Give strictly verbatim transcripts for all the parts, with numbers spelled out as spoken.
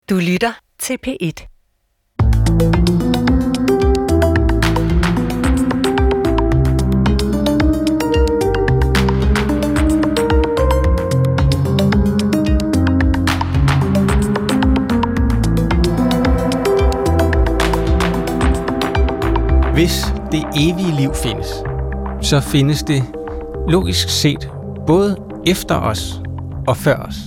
Du lytter til P et. Hvis det evige liv findes, så findes det logisk set både efter os og før os.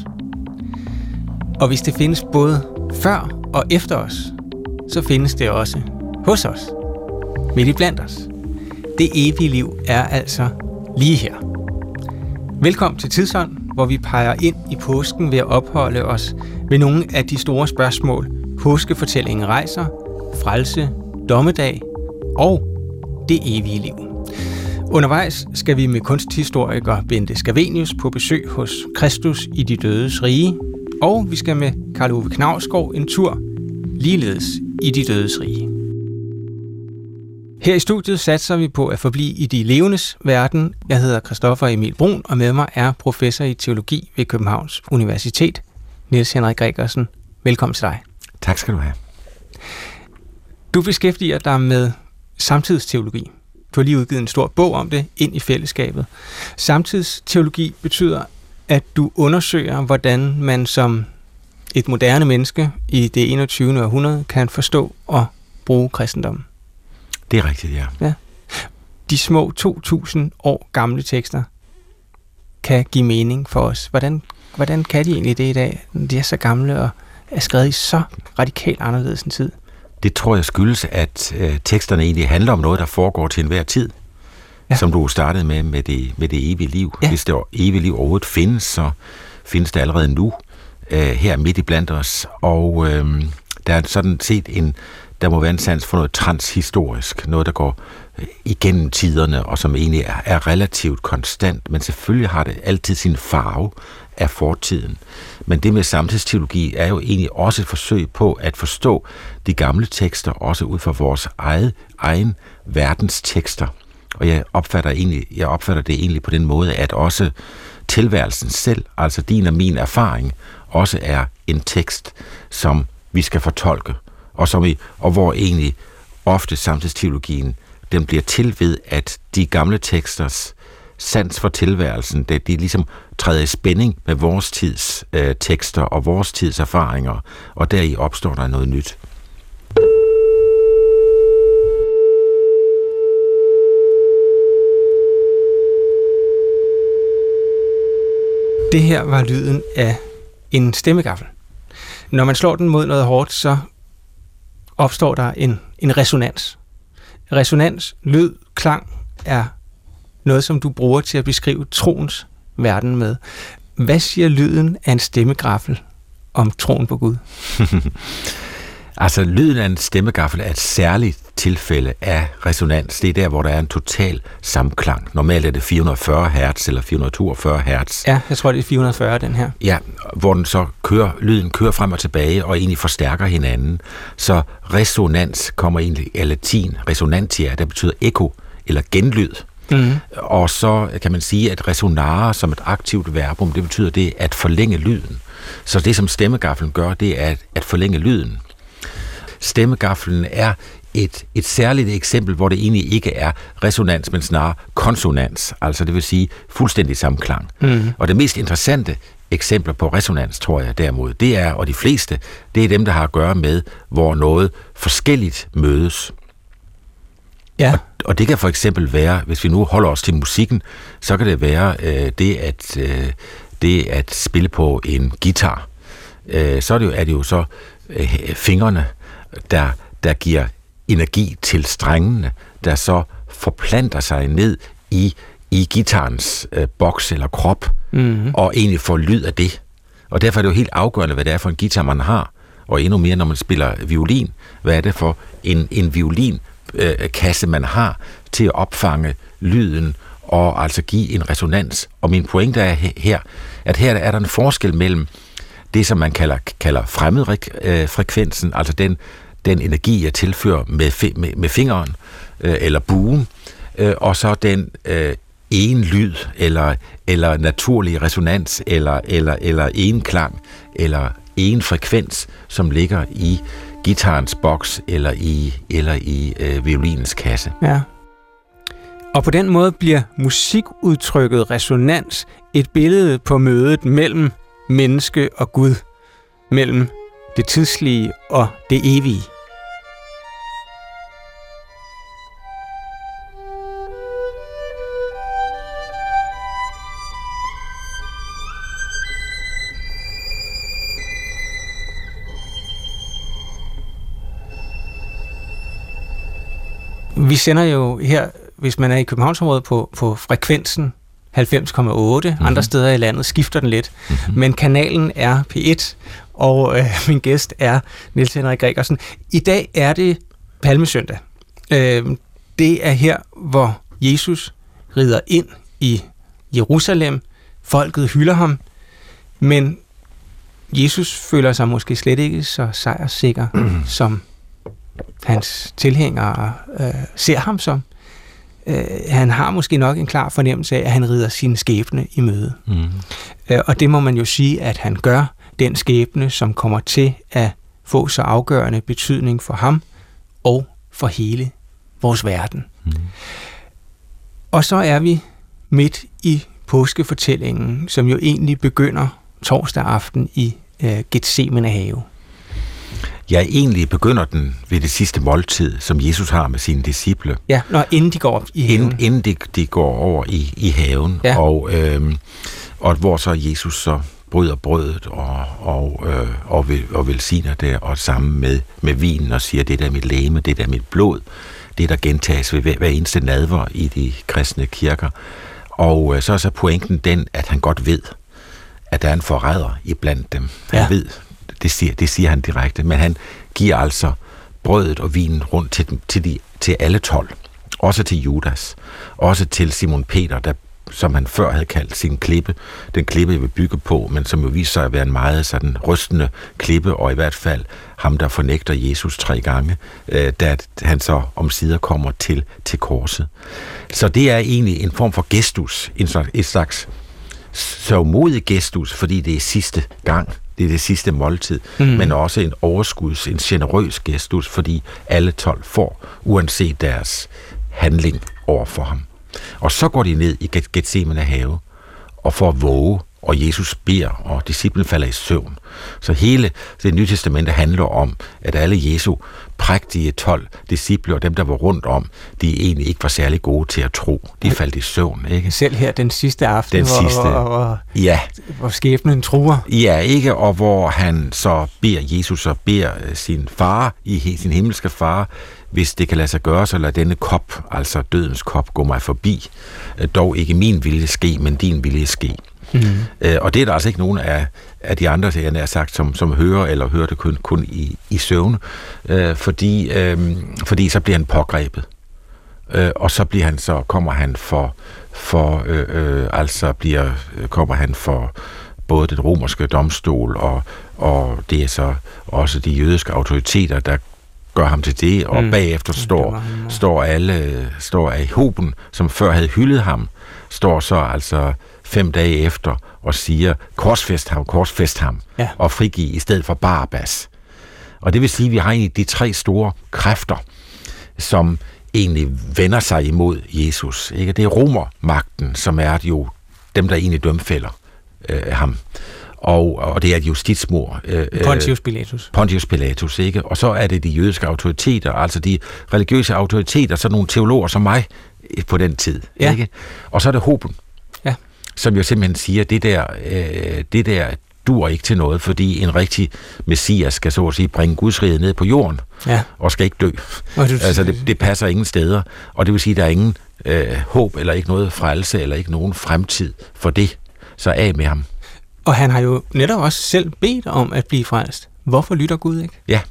Og hvis det findes både før og efter os, så findes det også hos os, midt i blandt os. Det evige liv er altså lige her. Velkommen til Tidsånd, hvor vi peger ind i påsken ved at opholde os ved nogle af de store spørgsmål, påskefortællingen rejser, frelse, dommedag og det evige liv. Undervejs skal vi med kunsthistoriker Bente Scavenius på besøg hos Kristus i de dødes rige, og vi skal med Karl Ove Knausgård en tur ligeledes i de dødes rige. Her i studiet satser vi på at forblive i de levendes verden. Jeg hedder Christoffer Emil Brun, og med mig er professor i teologi ved Københavns Universitet, Niels Henrik Gregersen. Velkommen til dig. Tak skal du have. Du beskæftiger dig med samtidsteologi. Du har lige udgivet en stor bog om det, Ind i fællesskabet. Samtidsteologi betyder, at du undersøger, hvordan man som et moderne menneske i det enogtyvende århundrede kan forstå og bruge kristendommen. Det er rigtigt, ja. ja. De små to tusind år gamle tekster kan give mening for os. Hvordan, hvordan kan de egentlig det i dag, når de er så gamle og er skrevet i så radikalt anderledes en tid? Det tror jeg skyldes, at øh, teksterne egentlig handler om noget, der foregår til enhver tid. Ja. Som du startede med, med det, med det evige liv. Ja. Hvis det evige liv overhovedet findes, så findes det allerede nu, øh, her midt i blandt os. Og øh, der er sådan set en, der må være en sans for noget transhistorisk, noget der går øh, igennem tiderne, og som egentlig er, er relativt konstant, men selvfølgelig har det altid sin farve af fortiden. Men det med samtidsteologi er jo egentlig også et forsøg på at forstå de gamle tekster, også ud fra vores eget, egen verdens tekster. Og jeg opfatter, egentlig, jeg opfatter det egentlig på den måde, at også tilværelsen selv, altså din og min erfaring, også er en tekst, som vi skal fortolke, og, som vi, og hvor egentlig ofte samtidsteologien, den bliver til ved, at de gamle teksters sans for tilværelsen, det, de ligesom træder i spænding med vores tids øh, tekster og vores tids erfaringer, og deri opstår der noget nyt. Det her var lyden af en stemmegaffel. Når man slår den mod noget hårdt, så opstår der en, en resonans. Resonans, lyd, klang er noget, som du bruger til at beskrive troens verden med. Hvad siger lyden af en stemmegaffel om troen på Gud? Altså, lyden af en stemmegaffel er et særligt tilfælde af resonans. Det er der, hvor der er en total samklang. Normalt er det fire hundrede og fyrre hertz eller fire hundrede og toogfyrre hertz. Ja, jeg tror, det er fire hundrede og fyrre, den her. Ja, hvor den så kører, lyden kører frem og tilbage og egentlig forstærker hinanden. Så resonans kommer egentlig af latin. Resonantia, der betyder ekko eller genlyd. Mm-hmm. Og så kan man sige, at resonare som et aktivt verbum, det betyder det at forlænge lyden. Så det, som stemmegaffelen gør, det er at, at forlænge lyden. Stemmegaffelen er et, et særligt eksempel, hvor det egentlig ikke er resonans, men snarere konsonans, altså det vil sige fuldstændig samklang. Mm. Og det mest interessante eksempler på resonans, tror jeg derimod, det er, og de fleste, det er dem, der har at gøre med, hvor noget forskelligt mødes. Ja. Og, og det kan for eksempel være, hvis vi nu holder os til musikken, så kan det være øh, det, at, øh, det at spille på en guitar. Øh, så er det jo, er det jo så øh, fingrene, der, der giver energi til strengene, der så forplanter sig ned i, i guitarens øh, boks eller krop, mm-hmm. og egentlig får lyd af det. Og derfor er det jo helt afgørende, hvad det er for en guitar, man har. Og endnu mere, når man spiller violin, hvad er det for en, en violinkasse, man har til at opfange lyden og altså give en resonans. Og min pointe er her, at her er der en forskel mellem det, som man kalder, kalder fremmedfrekvensen, altså den, den energi, jeg tilfører med, med, med fingeren øh, eller buen, øh, og så den øh, en lyd, eller, eller naturlig resonans, eller, eller, eller en klang, eller en frekvens, som ligger i guitarens boks eller i, eller i øh, violinens kasse. Ja. Og på den måde bliver musikudtrykket resonans et billede på mødet mellem menneske og Gud, mellem det tidslige og det evige. Vi sender jo her, hvis man er i Københavnsområdet, på, på frekvensen halvfems komma otte. Mm-hmm. Andre steder i landet skifter den lidt. Mm-hmm. Men kanalen er P et, og øh, min gæst er Niels Henrik Gregersen. I dag er det Palmesøndag. Øh, det er her, hvor Jesus rider ind i Jerusalem. Folket hylder ham, men Jesus føler sig måske slet ikke så sejrsikker, mm. som hans tilhængere øh, ser ham som. Øh, han har måske nok en klar fornemmelse af, at han rider sin skæbne i møde. Mm. Øh, og det må man jo sige, at han gør, den skæbne, som kommer til at få så afgørende betydning for ham og for hele vores verden. Mm. Og så er vi midt i påskefortællingen, som jo egentlig begynder torsdag aften i øh, Getsemane have. Ja, egentlig begynder den ved det sidste måltid, som Jesus har med sine disciple. Ja, når inden de går op i haven. Inden, inden de, de går over i, i haven, ja. og, øh, og hvor så Jesus så bryder brødet og, og, øh, og, vil, og velsigner det, og sammen med, med vinen og siger, det der er mit legeme, det der er mit blod, det der gentages ved hver, hver eneste nadver i de kristne kirker. Og øh, så er så pointen den, at han godt ved, at der er en forræder iblandt dem. Han ja. ved, det siger, det siger han direkte, men han giver altså brødet og vinen rundt til, dem, til, de, til alle tolv. Også til Judas. Også til Simon Peter, der, som han før havde kaldt sin klippe. Den klippe, jeg vil bygge på, men som jo viser sig at være en meget sådan rystende klippe, og i hvert fald ham, der fornægter Jesus tre gange, øh, da han så omsider kommer til, til korset. Så det er egentlig en form for gestus, en slags, et slags sørgmodig gestus, fordi det er sidste gang, det er det sidste måltid, mm. men også en overskuds, en generøs gestus, fordi alle tolv får, uanset deres handling over for ham. Og så går de ned i Getsemane have og får våge, og Jesus beder, og disciplen falder i søvn. Så hele det nye testamente handler om, at alle Jesu prægtige tolv disciple og dem, der var rundt om, de egentlig ikke var særlig gode til at tro. De faldt i søvn, ikke? Selv her den sidste aften, den hvor, sidste, hvor, hvor, ja. hvor skæbnen truer. Ja, ikke? Og hvor han så beder, Jesus så beder sin far, i sin himmelske far, hvis det kan lade sig gøre, så lad denne kop, altså dødens kop, gå mig forbi. Dog ikke min vilje ske, men din vilje ske. Mm-hmm. Øh, og det er der altså ikke nogen af, af de andre, jeg har sagt, som, som hører eller hører det kun, kun i, i søvn, øh, fordi, øh, fordi så bliver han pågrebet. Øh, og så bliver han så kommer han for, for øh, øh, altså bliver kommer han for både den romerske domstol og, og det er så også de jødiske autoriteter, der gør ham til det, og mm. bagefter står, står alle, står Ahoben, som før havde hyldet ham, står så altså fem dage efter og siger, korsfæst ham, korsfæst ham, ja. og frigive i stedet for Barabbas. Og det vil sige, at vi har egentlig de tre store kræfter, som egentlig vender sig imod Jesus. Ikke? Det er romermagten, som er jo dem, der egentlig dømfælder øh, ham. Og, og det er et justitsmord. Øh, Pontius Pilatus. Pontius Pilatus, ikke? Og så er det de jødiske autoriteter, altså de religiøse autoriteter, så nogle teologer som mig på den tid. Ja. Ikke? Og så er det Hoben, ja. som jo simpelthen siger, det der, øh, det der dur ikke til noget, fordi en rigtig messias skal så at sige bringe Guds rige ned på jorden, ja. og skal ikke dø. Du... Altså det, det passer ingen steder, og det vil sige, at der er ingen øh, håb, eller ikke noget frelse, eller ikke nogen fremtid for det. Så af med ham. Og han har jo netop også selv bedt om at blive frelst. Hvorfor lytter Gud ikke? Ja.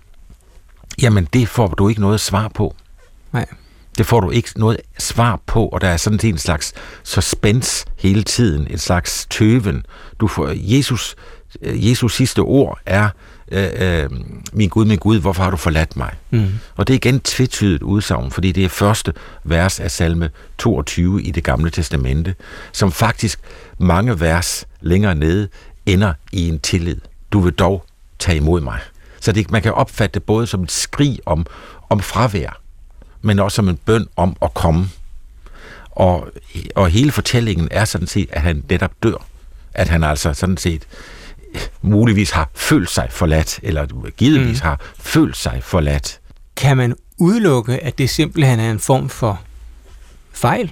Jamen, det får du ikke noget svar på. Nej. Det får du ikke noget svar på, og der er sådan en slags suspense hele tiden, en slags tøven. Du får, Jesus, Jesus sidste ord er, øh, øh, min Gud, min Gud, hvorfor har du forladt mig? Mm. Og det er igen tvetydigt udsagn, fordi det er første vers af salme toogtyve i det gamle testamente, som faktisk mange vers længere nede ender i en tillid. Du vil dog tag imod mig. Så det, man kan opfatte det både som et skrig om, om fravær, men også som en bøn om at komme. Og, og hele fortællingen er sådan set, at han netop dør. At han altså sådan set muligvis har følt sig forladt, eller givetvis mm. har følt sig forladt. Kan man udelukke, at det simpelthen er en form for fejl?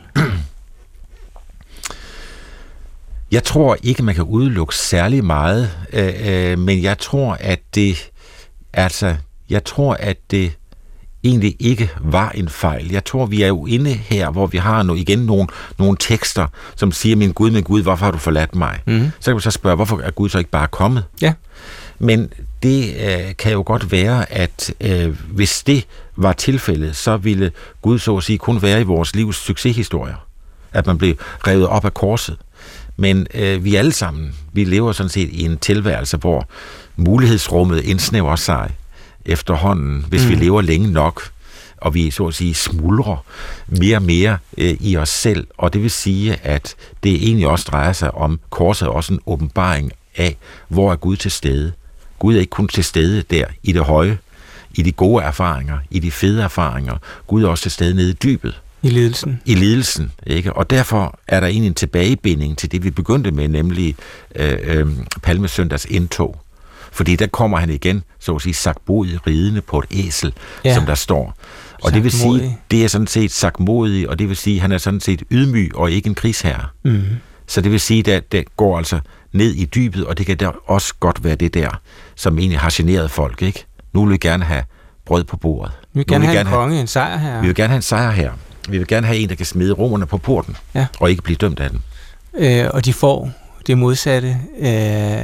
Jeg tror ikke, man kan udelukke særlig meget, øh, øh, men jeg tror, at det altså, jeg tror, at det egentlig ikke var en fejl. Jeg tror, vi er jo inde her, hvor vi har nu igen nogle, nogle tekster, som siger, min Gud, min Gud, hvorfor har du forladt mig? Mm. Så kan man så spørge, hvorfor er Gud så ikke bare kommet? Ja. Men det øh, kan jo godt være, at øh, hvis det var tilfældet, så ville Gud så at sige kun være i vores livs succeshistorier. At man blev revet op af korset. Men øh, vi alle sammen, vi lever sådan set i en tilværelse, hvor mulighedsrummet indsnæver sig efterhånden, hvis mm. vi lever længe nok, og vi så at sige smuldrer mere og mere øh, i os selv. Og det vil sige, at det egentlig også drejer sig om korset, også en åbenbaring af, hvor er Gud til stede. Gud er ikke kun til stede der i det høje, i de gode erfaringer, i de fede erfaringer. Gud er også til stede nede i dybet. I lidelsen. I lidelsen, ikke? Og derfor er der egentlig en tilbagebinding til det, vi begyndte med, nemlig øh, øh, Palmesøndags indtog. Fordi der kommer han igen, så at sige, sagtmodig ridende på et æsel, ja. Som der står. Og det vil sige, det er sådan set sagtmodig, og det vil sige, han er sådan set ydmyg og ikke en krigsherre. Mm. Så det vil sige, at det går altså ned i dybet, og det kan der også godt være det der, som egentlig har generet folk, ikke? Nu vil vi gerne have brød på bordet. Vi vil gerne have en konge, en sejr her. Vi vil gerne have en sejr her. Vi vil gerne have en, der kan smide romerne på porten, ja. Og ikke blive dømt af den. Øh, og de får det modsatte. Øh,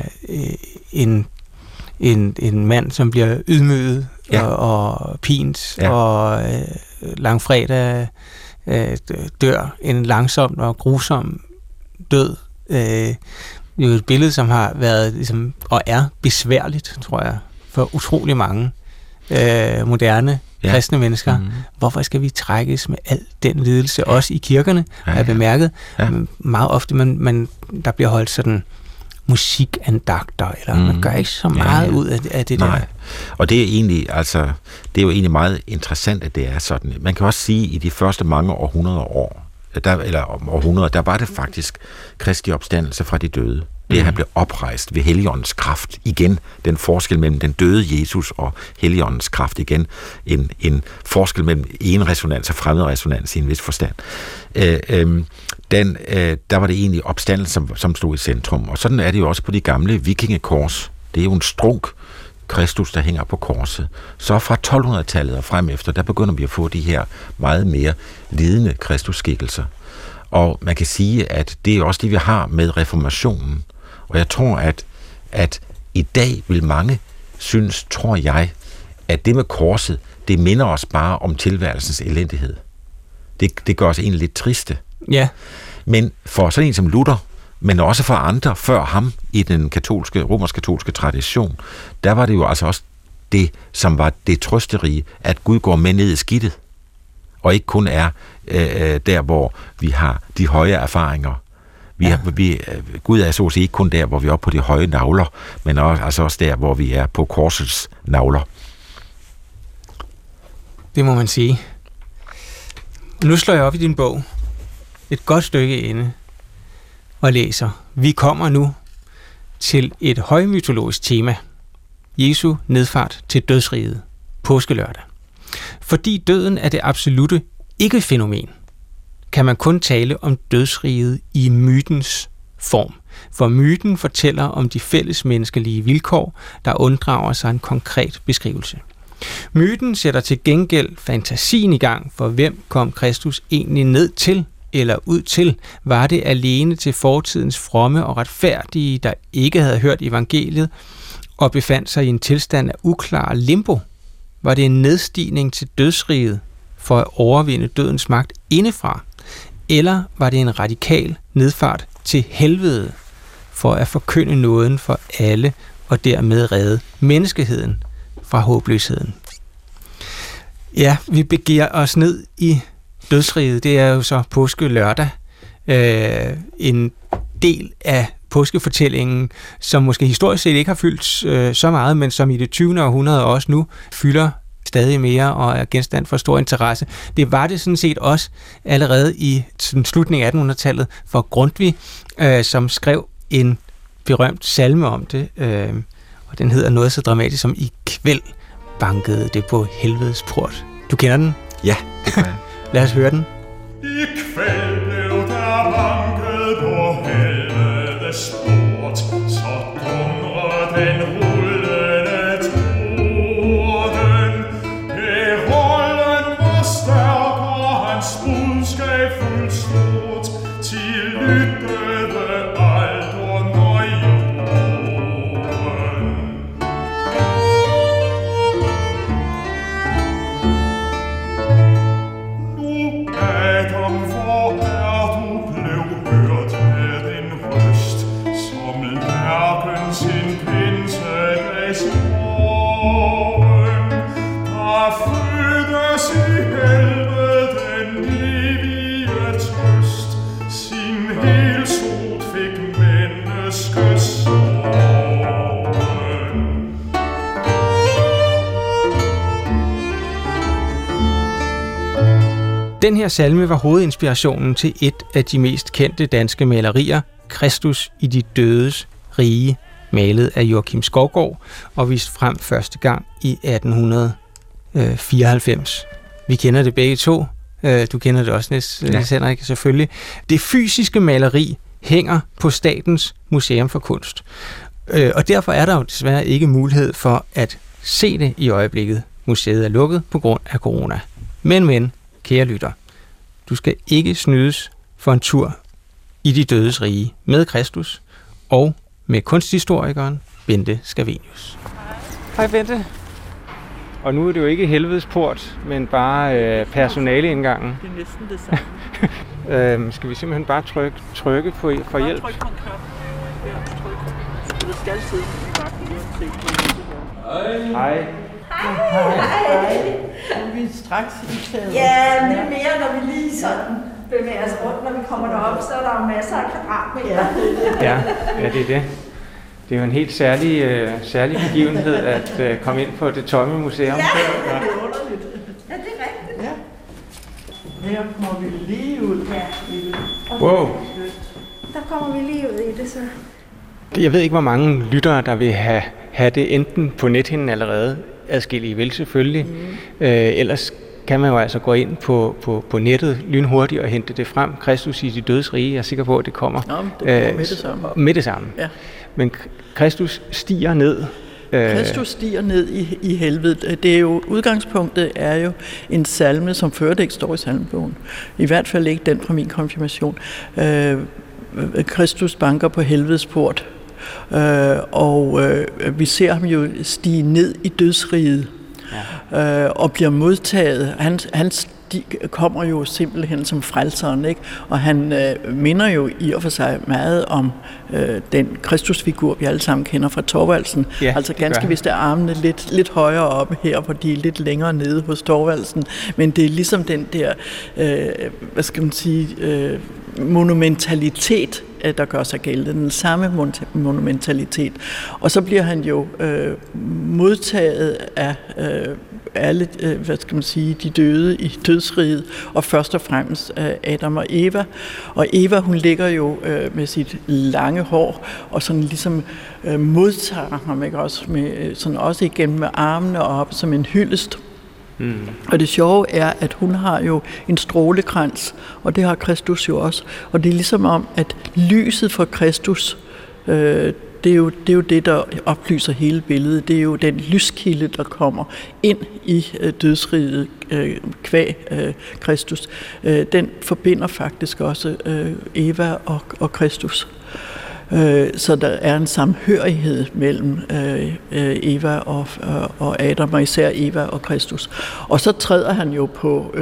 en, en, en mand, som bliver ydmyget ja. og, og pint, ja. og øh, langfredag øh, dør en langsom og grusom død. Øh, det er jo et billede, som har været ligesom, og er besværligt, tror jeg, for utrolig mange øh, moderne ja. kristne mennesker. Mm-hmm. Hvorfor skal vi trækkes med al den lidelse, også i kirkerne, ja, har jeg bemærket. Ja. Meget ofte, man, man, der bliver holdt sådan musikandagter, eller mm. man gør ikke så meget ja, ja. ud af, af det Nej. der. Og det er egentlig, altså, det er jo egentlig meget interessant, at det er sådan. Man kan også sige, at i de første mange århundreder år, der, eller århundreder, der var det faktisk Kristi opstandelse fra de døde. Det, at han blev oprejst ved Helligåndens kraft. Igen, den forskel mellem den døde Jesus og Helligåndens kraft. Igen, en, en forskel mellem en resonans og fremmed resonans i en vis forstand. Øh, øh, den, øh, der var det egentlig opstandelse, som, som stod i centrum. Og sådan er det jo også på de gamle vikingekors. Det er jo en strunk Kristus, der hænger på korset. Så fra tolv-hundrede-tallet og frem efter, der begynder vi at få de her meget mere lidende Kristusskikkelser. Og man kan sige, at det er også det, vi har med reformationen. Og jeg tror, at, at i dag vil mange synes, tror jeg, at det med korset, det minder os bare om tilværelsens elendighed. Det, det gør os egentlig lidt triste. Ja. Men for sådan en som Luther, men også for andre før ham i den katolske, romersk-katolske tradition, der var det jo altså også det, som var det trøsterige, at Gud går med ned i skidtet, og ikke kun er øh, der, hvor vi har de høje erfaringer. Vi ja. har, vi, Gud er så at sige ikke kun der, hvor vi er oppe på de høje navler, men også, altså også der, hvor vi er på korsets navler. Det må man sige. Nu slår jeg op i din bog et godt stykke inde og læser. Vi kommer nu til et højmytologisk tema. Jesu nedfart til dødsriget. Påskelørdag. Fordi døden er det absolutte ikke-fænomen, kan man kun tale om dødsriget i mytens form. For myten fortæller om de fælles menneskelige vilkår, der unddrager sig en konkret beskrivelse. Myten sætter til gengæld fantasien i gang, for hvem kom Kristus egentlig ned til eller ud til? Var det alene til fortidens fromme og retfærdige, der ikke havde hørt evangeliet og befandt sig i en tilstand af uklar limbo? Var det en nedstigning til dødsriget for at overvinde dødens magt indefra? Eller var det en radikal nedfart til helvede for at forkynde nåden for alle og dermed redde menneskeheden fra håbløsheden? Ja, vi begiver os ned i dødsriget. Det er jo så påske lørdag. Øh, en del af påskefortællingen, som måske historisk set ikke har fyldt øh, så meget, men som i det tyvende århundrede også nu fylder stadig mere og er genstand for stor interesse. Det var det sådan set også allerede i sådan, slutningen af attenhundredetallet for Grundtvig, øh, som skrev en berømt salme om det, øh, og den hedder noget så dramatisk som "I kvæld bankede det på helvedes port". Du kender den? Ja, det kan jeg. Lad os høre den. I kvæld blev der banket på helvedes port, så dundrer den rullende torden. Herolden var stærk, og hans budskab fuldt stort, til lyttede alt under jorden. Nu, Adam, hvor er du blev hørt med din røst, som lærken sin pinsedags morgen. Der fødtes i helvede den evige trøst, sin helsot fik menneskesorgen. Den her salme var hovedinspirationen til et af de mest kendte danske malerier, Kristus i de dødes rige, malet af Joachim Skovgaard og vist frem første gang i atten fireoghalvfems. Vi kender det begge to. Du kender det også, Niels, ja. Henrik, selvfølgelig. Det fysiske maleri hænger på Statens Museum for Kunst. Og derfor er der jo desværre ikke mulighed for at se det i øjeblikket. Museet er lukket på grund af corona. Men, men, kære lytter, du skal ikke snydes for en tur i de dødes rige med Kristus og med kunsthistorikeren Bente Scavenius. Hej Bente. Og nu er det jo ikke helvedes port, men bare øh, personaleindgangen. Det er næsten det samme. øhm, skal vi simpelthen bare trykke, trykke på for hjælp? Bare tryk på en knap. Ja, tryk. Det skal sidde i bakken uanset. Hej. Hej. Hej. Nu er vi straks i klæder. Ja, det er mere, når vi lige sådan bevæger os rundt. Når vi kommer derop, så er der jo masser af kvadratmeter. Ja, ja, det er det. Det er jo en helt særlig, øh, særlig begivenhed at øh, komme ind på det tomme museum. Ja, det er underligt. Ja, det er rigtigt. Ja. Her kommer vi lige ud. Ja. Wow. Der kommer vi lige ud i det, så. Jeg ved ikke, hvor mange lyttere, der vil have, have det enten på nethinden allerede. Adskillige vil selvfølgelig. Mm. Øh, ellers kan man jo altså gå ind på, på, på nettet lynhurtigt og hente det frem. Kristus i de dødes rige. Jeg er sikker på, at det kommer, Nå, det kommer øh, med det samme. Med det samme. Ja. Men Kristus stiger ned. Kristus stiger ned i, i helvede. Det er jo, udgangspunktet er jo en salme, som før det ikke står i salmebogen. I hvert fald ikke den fra min konfirmation. Øh, Kristus banker på helvedes port. Øh, og øh, vi ser ham jo stige ned i dødsriget. Ja. Øh, og bliver modtaget. Han, han de kommer jo simpelthen som frelseren, ikke? Og han øh, minder jo i og for sig meget om øh, den Kristusfigur, vi alle sammen kender fra Thorvaldsen. Ja, altså ganske vist er armene lidt, lidt højere oppe her, hvor de er lidt længere nede hos Thorvaldsen. Men det er ligesom den der, øh, hvad skal man sige, øh, monumentalitet, der gør sig gældende, den samme monumentalitet. Og så bliver han jo øh, modtaget af øh, alle, øh, hvad skal man sige, de døde i dødsriget, og først og fremmest af Adam og Eva. Og Eva, hun ligger jo øh, med sit lange hår, og sådan ligesom øh, modtager ham, ikke? Også, med, sådan også igen med armene op som en hyldest. Mm. Og det sjove er, at hun har jo en strålekrans, og det har Kristus jo også. Og det er ligesom om, at lyset fra Kristus, øh, det, er jo, det er jo det, der oplyser hele billedet. Det er jo den lyskilde, der kommer ind i øh, dødsriget øh, kvæg øh, Kristus. Øh, den forbinder faktisk også øh, Eva og, og Kristus. Så der er en samhørighed mellem Eva og, og Adam, og især Eva og Kristus. Og så træder han jo på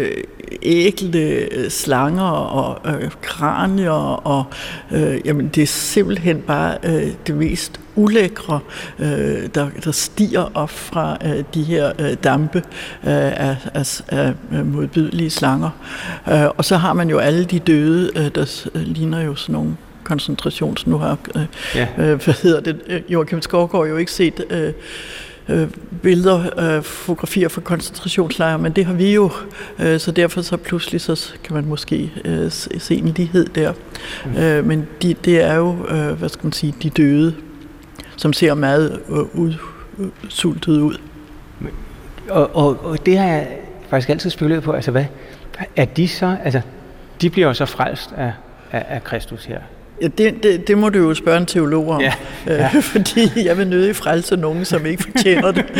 ægle slanger og kranier, og jamen, det er simpelthen bare det mest ulækre, der, der stiger op fra de her dampe af, af, af modbydelige slanger. Og så har man jo alle de døde, der ligner jo sådan nogle koncentrations... Nu har ja. øh, hvad hedder det, Joachim Skovgaard jo ikke set øh, øh, billeder, øh, fotografier fra koncentrationslejre, men det har vi jo, øh, så derfor så pludselig så kan man måske øh, se en lighed der. Mm. Øh, men de, det er jo, øh, hvad skal man sige, de døde, som ser meget øh, ud, øh, sultet ud. Og, og, og det har jeg faktisk altid spekuleret på, altså hvad, er de så, altså de bliver jo så frelst af, af, af Kristus her. Ja, det, det, det må du jo spørge en teolog om, ja, ja. Øh, fordi jeg vil nødig frelse nogen, som ikke fortjener det.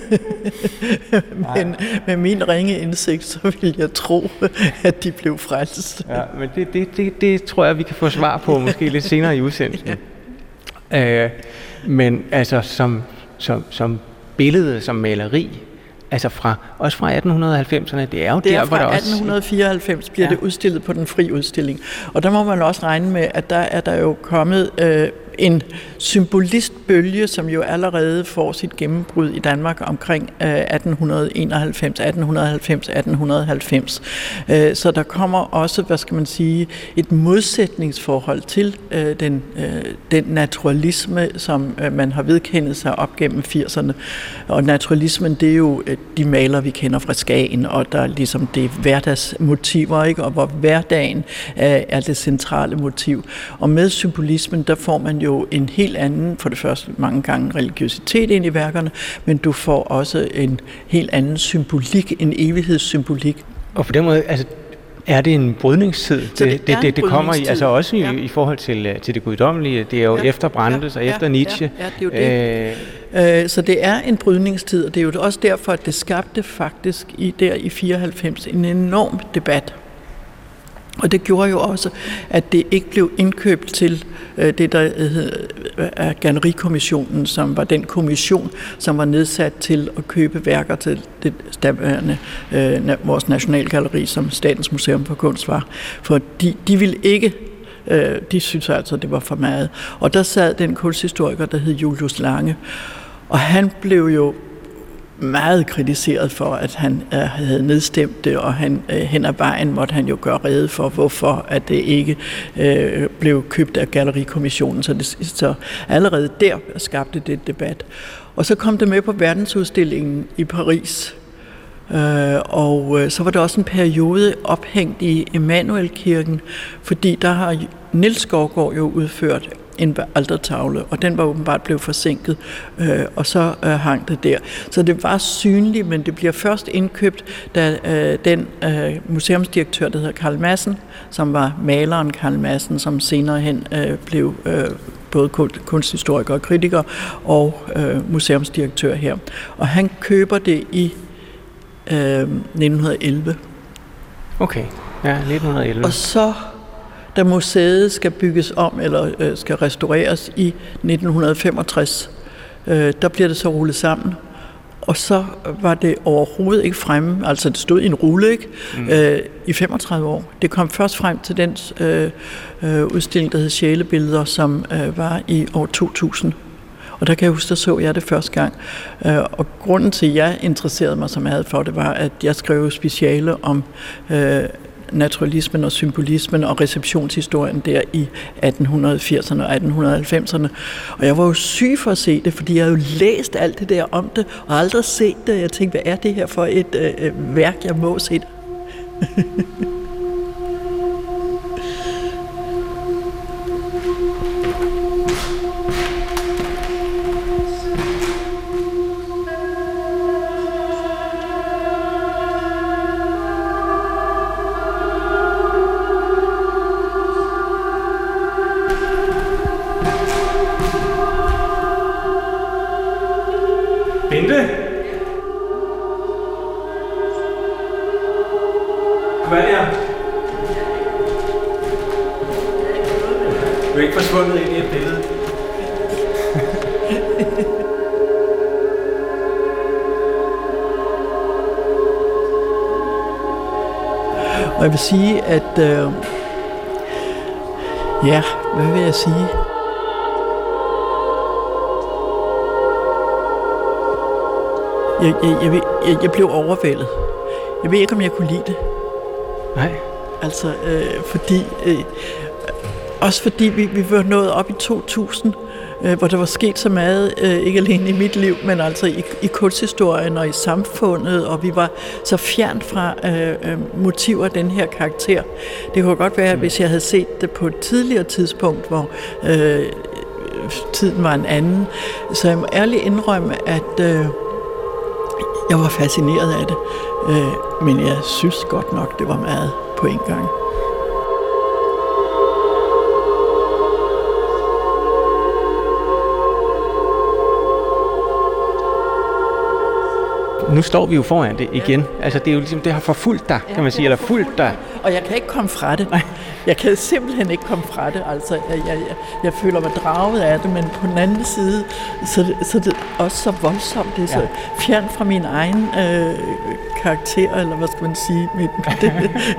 men med min ringe indsigt, så vil jeg tro, at de blev frelst. Ja, men det, det, det, det tror jeg, vi kan få svar på, måske lidt senere i udsendelsen. Ja. Øh, men altså som, som, som billede, som maleri, altså fra, også fra atten halvfemserne, det er jo det er der, hvor der også... atten fireoghalvfems bliver ja. det udstillet på den fri udstilling. Og der må man også regne med, at der er der jo kommet øh, en symbolistbølge, som jo allerede får sit gennembrud i Danmark omkring øh, atten enoghalvfems, atten halvfems, atten halvfems. Øh, så der kommer også, hvad skal man sige, et modsætningsforhold til øh, den, øh, den naturalisme, som øh, man har vedkendt sig op gennem firserne. Og naturalismen, det er jo øh, de maler, vi kender fra Skagen, og der er ligesom det hverdagsmotiver, ikke? Og hvor hverdagen øh, er det centrale motiv. Og med symbolismen, der får man jo en helt anden, for det første mange gange religiøsitet ind i værkerne, men du får også en helt anden symbolik, en evighedssymbolik. Og på den måde, altså, er det en brydningstid? Det, det, det, det, det kommer i, altså også i, ja. i forhold til, til det guddommelige. Det er jo ja. efter Brandes ja. og efter ja. Nietzsche. Ja. Ja, det er jo det. Øh, så det er en brydningstid, og det er jo også derfor, at det skabte faktisk i, der i fireoghalvfems en enorm debat. Og det gjorde jo også, at det ikke blev indkøbt til øh, det, der hedder Gallerikommissionen, som var den kommission, som var nedsat til at købe værker til det daværende, øh, vores Nationalgalleri, som Statens Museum for Kunst var. For de, de ville ikke, øh, de synes altså, det var for meget. Og der sad den kunsthistoriker, der hed Julius Lange, og han blev jo meget kritiseret for, at han øh, havde nedstemt det, og han øh, hen ad vejen måtte han jo gøre rede for, hvorfor at det ikke øh, blev købt af Gallerikommissionen. Så, det, så allerede der skabte det debat. Og så kom det med på verdensudstillingen i Paris. Øh, og øh, så var der også en periode ophængt i Emanuelkirken, fordi der har Niels Skovgaard jo udført en altertavle, og den var åbenbart blevet forsinket, øh, og så øh, hang det der. Så det var synligt, men det bliver først indkøbt, da øh, den øh, museumsdirektør, der hedder Carl Madsen, som var maleren Carl Madsen, som senere hen øh, blev øh, både kunsthistoriker og kritiker, og øh, museumsdirektør her. Og han køber det i øh, nitten elleve. Okay, ja, nitten elleve. Og så da museet skal bygges om, eller øh, skal restaureres i nitten femogtres, øh, der bliver det så rullet sammen. Og så var det overhovedet ikke fremme, altså det stod i en rulle, ikke? Mm. Øh, i femogtredive år. Det kom først frem til den øh, øh, udstilling, der hed Sjælebilleder, som øh, var i år to tusind. Og der kan jeg huske, der så jeg det første gang. Øh, og grunden til, at jeg interesserede mig så meget for det, var, at jeg skrev speciale om øh, naturalismen og symbolismen og receptionshistorien der i atten firserne og atten halvfemserne. Og jeg var jo syg for at se det, fordi jeg havde jo læst alt det der om det, og aldrig set det. Jeg tænkte, hvad er det her for et øh, værk, jeg må se det? Bente? Hvad er det her? Du er ikke forsvundet ind i et billede. Og jeg vil sige, at øh, ja, hvad vil jeg sige? Jeg, jeg, jeg, jeg, jeg blev overvældet. Jeg ved ikke, om jeg kunne lide det. Nej. Altså, øh, fordi øh, også fordi vi, vi var nået op i to tusind, øh, hvor der var sket så meget, øh, ikke alene i mit liv, men altså i, i kunsthistorien og i samfundet, og vi var så fjernt fra øh, motiver af den her karakter. Det kunne godt være, at hvis jeg havde set det på et tidligere tidspunkt, hvor øh, tiden var en anden, så jeg må ærligt indrømme, at øh, jeg var fascineret af det, øh, men jeg synes godt nok, det var meget på en gang. Nu står vi jo foran det igen. Altså, det er jo ligesom, det har forfulgt dig, kan man sige, eller fulgt dig. Og jeg kan ikke komme fra det. Jeg kan simpelthen ikke komme fra det. Altså, jeg, jeg, jeg føler mig draget af det, men på den anden side, så, så det er også så voldsomt. Det er så fjernt fra min egen øh, karakter, eller hvad skal man sige. Med det.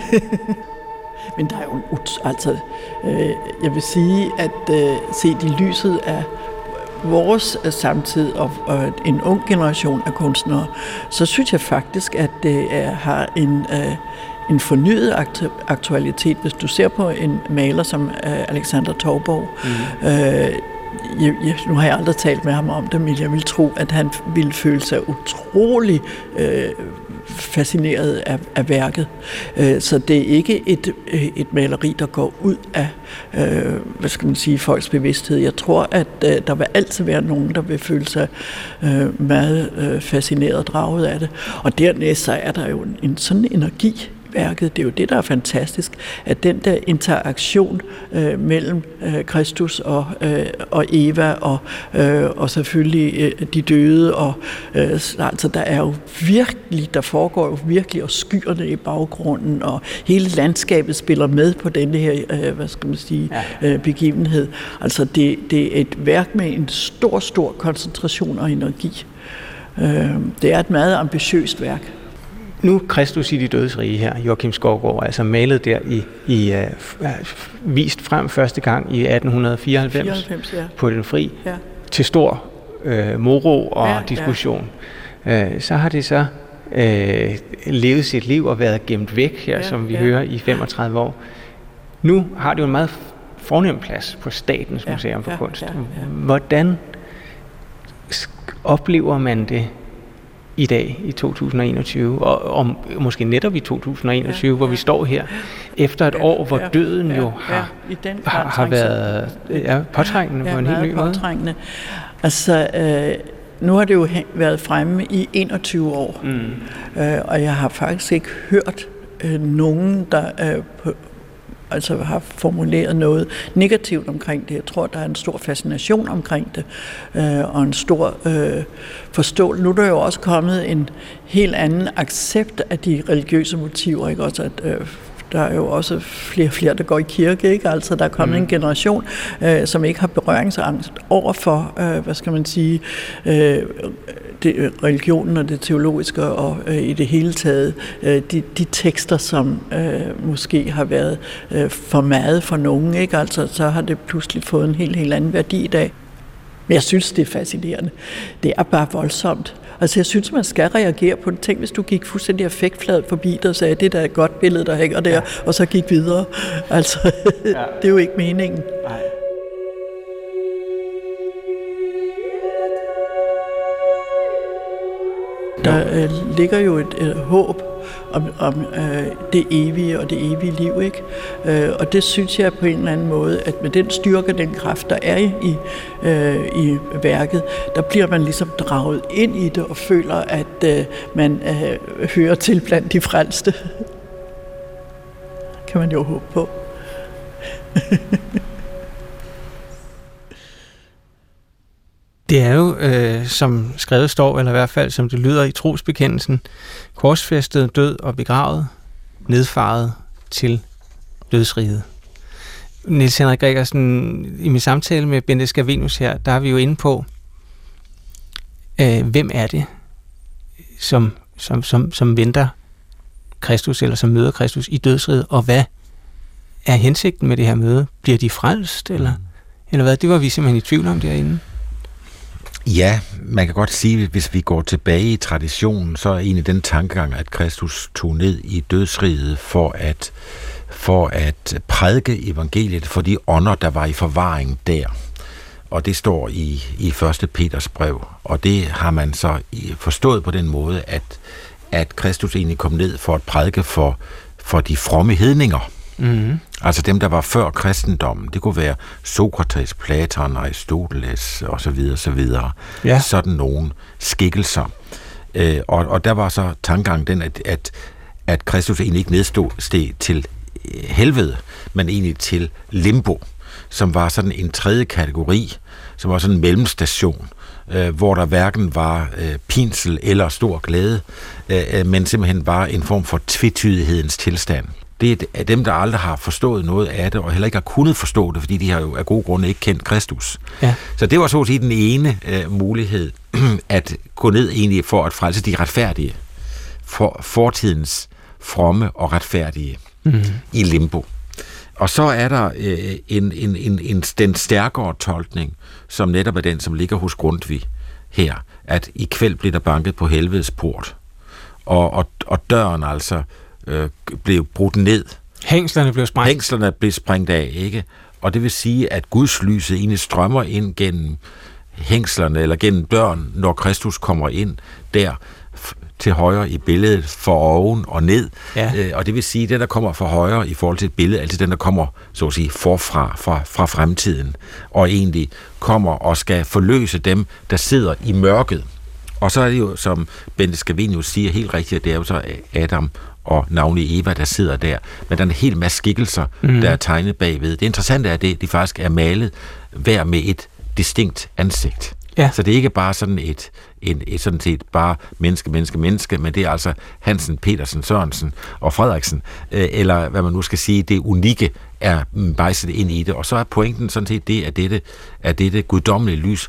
Men der er jo, altså, øh, jeg vil sige, at øh, set i lyset af vores samtid og, og en ung generation af kunstnere, så synes jeg faktisk, at det er, har en, øh, en fornyet aktu- aktualitet. Hvis du ser på en maler som øh, Alexander Torborg, mm. øh, jeg, jeg, nu har jeg aldrig talt med ham om det, men jeg vil tro, at han ville føle sig utrolig øh, fascineret af, af værket. Øh, så det er ikke et, et maleri, der går ud af øh, hvad skal man sige, folks bevidsthed. Jeg tror, at øh, der vil altid være nogen, der vil føle sig øh, meget øh, fascineret og draget af det. Og dernæst så er der jo en, en sådan energi værket. Det er jo det, der er fantastisk, at den der interaktion øh, mellem øh, Kristus og, øh, og Eva og, øh, og selvfølgelig øh, de døde, og øh, altså der er jo virkelig, der foregår jo virkelig, og skyerne i baggrunden, og hele landskabet spiller med på denne her, øh, hvad skal man sige, øh, begivenhed. Altså det, det er et værk med en stor, stor koncentration og energi. Øh, det er et meget ambitiøst værk. Nu Kristus i de dødes rige her, Joachim Skovgaard, altså malet der i, i uh, vist frem første gang i atten fireoghalvfems, fireoghalvfems ja. På Den Fri, ja. Til stor uh, moro og ja, diskussion. Ja. Uh, så har det så uh, levet sit liv og været gemt væk her, ja, som vi ja. hører i femogtredive år. Nu har det jo en meget fornem plads på Statens ja, Museum for ja, Kunst. Ja, ja. Hvordan oplever man det i dag, i to tusind og enogtyve, og, og måske netop i to tusind og enogtyve, ja, hvor ja. vi står her, efter et ja, år, hvor døden ja, jo har, ja, har, har været ja, påtrængende ja, på en helt ny måde. Altså, øh, nu har det jo været fremme i enogtyve år, mm. øh, og jeg har faktisk ikke hørt øh, nogen, der øh, på, altså har formuleret noget negativt omkring det. Jeg tror, der er en stor fascination omkring det, øh, og en stor øh, forståelse. Nu er der jo også kommet en helt anden accept af de religiøse motiver, ikke? Også at øh, der er jo også flere og flere, der går i kirke, ikke? Altså, der er kommet mm. en generation, øh, som ikke har berøringsangst over for, øh, hvad skal man sige, øh, det, religionen og det teologiske, og øh, i det hele taget øh, de, de tekster, som øh, måske har været øh, for meget for nogen, ikke? Altså, så har det pludselig fået en helt, helt anden værdi i dag. Men jeg synes, det er fascinerende. Det er bare voldsomt. Altså, jeg synes, man skal reagere på det. Tænk, hvis du gik fuldstændig affektfladet forbi dig og sagde, det der er et godt billede, der hænger der, ja. og så gik videre. Altså, ja. det er jo ikke meningen. Nej. Der øh, ligger jo et, et håb om, om øh, det evige og det evige liv, ikke? Øh, og det synes jeg på en eller anden måde, at med den styrke, den kraft, der er i, øh, i værket, der bliver man ligesom draget ind i det og føler, at øh, man øh, hører til blandt de frelste. Kan man jo håbe på. Det er jo, øh, som skrevet står, eller i hvert fald som det lyder i trosbekendelsen, korsfæstet, død og begravet, nedfaret til dødsriget. Niels Henrik Gregersen, i min samtale med Bente Scavenius her, der er vi jo inde på, øh, hvem er det, som, som, som, som venter Kristus, eller som møder Kristus i dødsriget, og hvad er hensigten med det her møde? Bliver de frelst, eller, eller hvad? Det var vi simpelthen i tvivl om derinde. Ja, man kan godt sige, at hvis vi går tilbage i traditionen, så er egentlig den tankegang, at Kristus tog ned i dødsriget for at for at prædike evangeliet for de ånder, der var i forvaring der. Og det står i, i første Peters brev, og det har man så forstået på den måde, at, at Kristus egentlig kom ned for at prædike for, for de fromme hedninger. Mm-hmm. Altså dem, der var før kristendommen. Det kunne være Sokrates, Platon, Aristoteles og så videre, så videre. Ja. Sådan nogle skikkelser. Øh, og, og der var så tankegangen den, at, at, at Kristus egentlig ikke nedstod til helvede, men egentlig til limbo, som var sådan en tredje kategori, som var sådan en mellemstation, øh, hvor der hverken var øh, pinsel eller stor glæde, øh, men simpelthen var en form for tvetydighedens tilstand. Det er dem, der aldrig har forstået noget af det, og heller ikke har kunnet forstå det, fordi de har jo af gode grunde ikke kendt Kristus. Ja. Så det var så at sige den ene øh, mulighed, at gå ned egentlig for at frelse de retfærdige, for fortidens fromme og retfærdige mm-hmm. i limbo. Og så er der øh, en, en, en, en den stærkere tolkning, som netop er den, som ligger hos Grundtvig her, at i kvæld blev der banket på helvedes port, og, og, og døren altså øh, blev brudt ned. Hængslerne blev sprængt. Hængslerne blev sprængt af, ikke? Og det vil sige, at Guds lyset egentlig strømmer ind gennem hængslerne, eller gennem døren, når Kristus kommer ind der, til højre i billedet, for oven og ned. Ja. Øh, og det vil sige, at den, der kommer fra højre i forhold til et billede, altså den, der kommer, så at sige, forfra, fra, fra fremtiden, og egentlig kommer og skal forløse dem, der sidder i mørket. Og så er det jo, som Bente Scavenius siger helt rigtigt, at det er jo så Adam og navnlig Eva, der sidder der. Men der er en hel masse skikkelser, mm. der er tegnet bagved. Det interessante er, at det, de faktisk er malet hver med et distinkt ansigt. Ja. Så det er ikke bare sådan et, en, et sådan set bare menneske, menneske, menneske, men det er altså Hansen, Petersen, Sørensen og Frederiksen, øh, eller hvad man nu skal sige, det unikke er bejset ind i det. Og så er pointen sådan set det, at dette, at dette guddommelige lys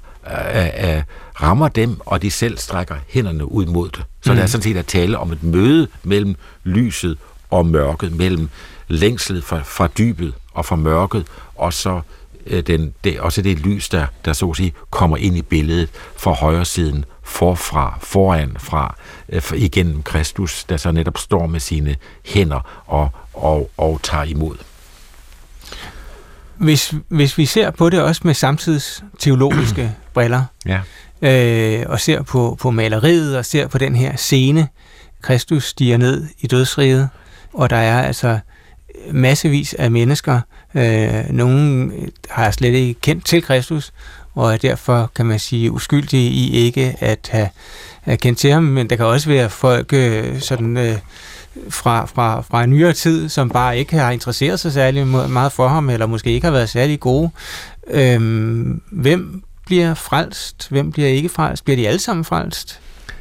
øh, øh, rammer dem, og de selv strækker hænderne ud mod det. Så mm. der er sådan set at tale om et møde mellem lyset og mørket, mellem længslet fra, fra dybet og fra mørket, og så Den, det, også det lys, der, der så at sige, kommer ind i billedet fra højre siden, forfra, foran, fra, øh, igennem Kristus, der så netop står med sine hænder og, og, og tager imod. Hvis, hvis vi ser på det også med samtids teologiske briller, ja. øh, og ser på, på maleriet, og ser på den her scene, Kristus stiger ned i dødsriget, og der er altså massevis af mennesker. Øh, nogle har slet ikke kendt til Kristus, og er derfor, kan man sige, uskyldige i ikke at have, have kendt til ham, men der kan også være folk øh, sådan, øh, fra, fra, fra en nyere tid, som bare ikke har interesseret sig særlig meget for ham, eller måske ikke har været særlig gode. Øh, hvem bliver frelst? Hvem bliver ikke frelst? Bliver de alle sammen frelst?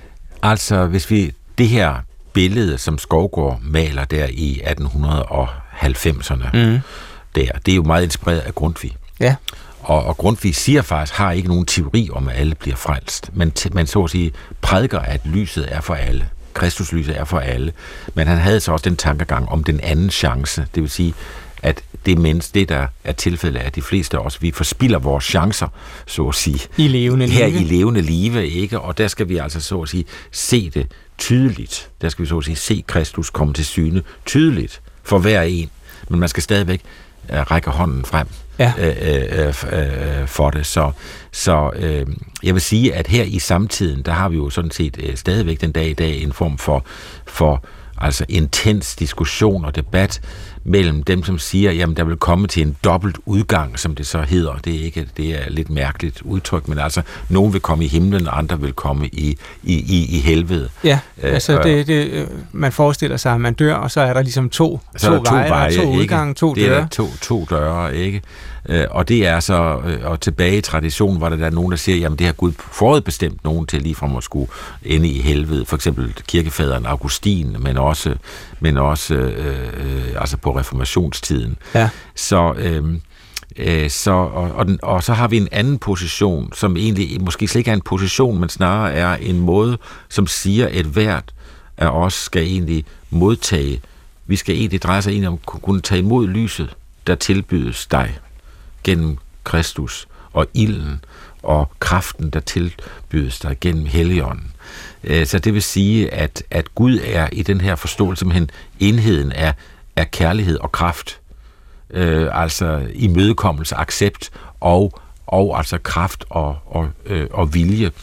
Altså, hvis vi det her billede, som Skovgaard maler der i atten halvfemserne, mm. der, det er jo meget inspireret af Grundtvig. Ja. Og, og Grundtvig siger faktisk, har ikke nogen teori om, at alle bliver frelst, men, men så at sige, prædiker, at lyset er for alle. Kristuslyset er for alle. Men han havde så også den tankegang om den anden chance, det vil sige, at det menneske, det der er tilfældet af de fleste af os, vi forspilder vores chancer, så at sige, i levende her live. i levende live, ikke? Og der skal vi altså så at sige se det tydeligt. Der skal vi så at sige se Kristus komme til syne tydeligt for hver en. Men man skal stadigvæk uh, række hånden frem ja. uh, uh, uh, for det. Så, så uh, jeg vil sige, at her i samtiden, der har vi jo sådan set uh, stadigvæk den dag i dag en form for, for altså intens diskussion og debat mellem dem, som siger, jamen der vil komme til en dobbelt udgang, som det så hedder. Det er ikke, det er lidt mærkeligt udtryk, men altså, nogen vil komme i himlen, og andre vil komme i, i, i, i helvede. Ja, øh, altså det, det, man forestiller sig, at man dør, og så er der ligesom to, så to, er der to veje, veje, to udgange, to det døre. Det er to, to døre, ikke? Og det er så, og tilbage i traditionen, hvor der, der er nogen, der siger, jamen det har Gud forudbestemt nogen til lige fra at skulle ende i helvede. For eksempel kirkefaderen Augustin, men også, men også øh, altså på reformationstiden. Ja. Så, øh, øh, så og, og, den, og så har vi en anden position, som egentlig måske slet ikke er en position, men snarere er en måde, som siger, at hvert af os skal egentlig modtage. Vi skal egentlig dreje sig egentlig om at kunne tage imod lyset, der tilbydes dig gennem Kristus, og ilden og kraften, der tilbydes dig gennem Helligånden. Så det vil sige, at, at Gud er i den her forståelse, men enheden af er kærlighed og kraft. Øh, altså imødekommelse, accept og, og altså kraft og, og, øh, og vilje.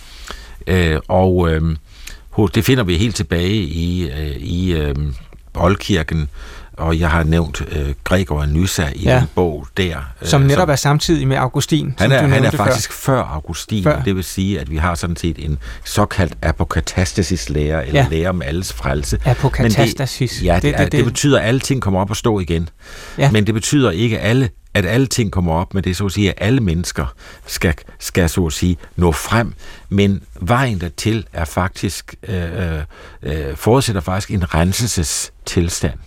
Øh, og øh, det finder vi helt tilbage i, øh, i øh, oldkirken, og jeg har nævnt øh, Gregor af Nyssa i ja. en bog der. Som netop som, er samtidig med Augustin. Han er, han er før. faktisk før Augustin, før. Det vil sige, at vi har sådan set en såkaldt apokatastasis-lære, eller ja. lære om alles frelse. Apokatastasis. Det, ja, det, det, det, det betyder, at alle ting kommer op og stå igen. Ja. Men det betyder ikke, alle, at alle ting kommer op, men det er så at sige, at alle mennesker skal, skal så at sige nå frem. Men vejen dertil er faktisk, øh, øh, forudsætter faktisk en renselsestilstand.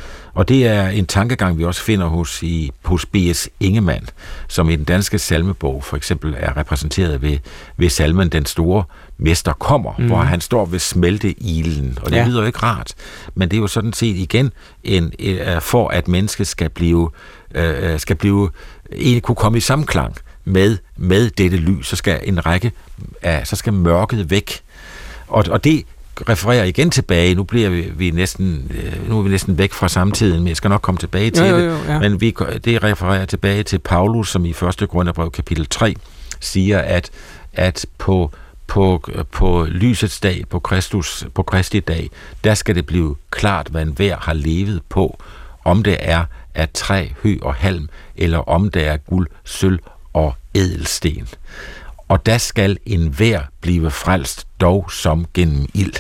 Og det er en tankegang, vi også finder hos, i, hos B S Ingemann, som i den danske salmebog for eksempel er repræsenteret ved, ved salmen Den Store Mester Kommer, mm. hvor han står ved smelteilen, og det ja. lyder jo ikke rart, men det er jo sådan set igen en, for, at mennesket skal blive, øh, skal blive egentlig kunne komme i samklang med, med dette lys, så skal en række af, så skal mørket væk. Og, og det refererer igen tilbage. Nu bliver vi, vi næsten nu er vi næsten væk fra samtiden, men jeg skal nok komme tilbage til jo, jo, jo, ja. det. Men vi, det refererer tilbage til Paulus, som i første Korintherbrev kapitel tre siger, at, at på, på, på lysets dag, på Kristus, på Kristi dag, der skal det blive klart, hvad enhver har levet på, om det er af træ, hø og halm, eller om det er guld, sølv og ædelsten. Og der skal enhver blive frelst, dog som gennem ild.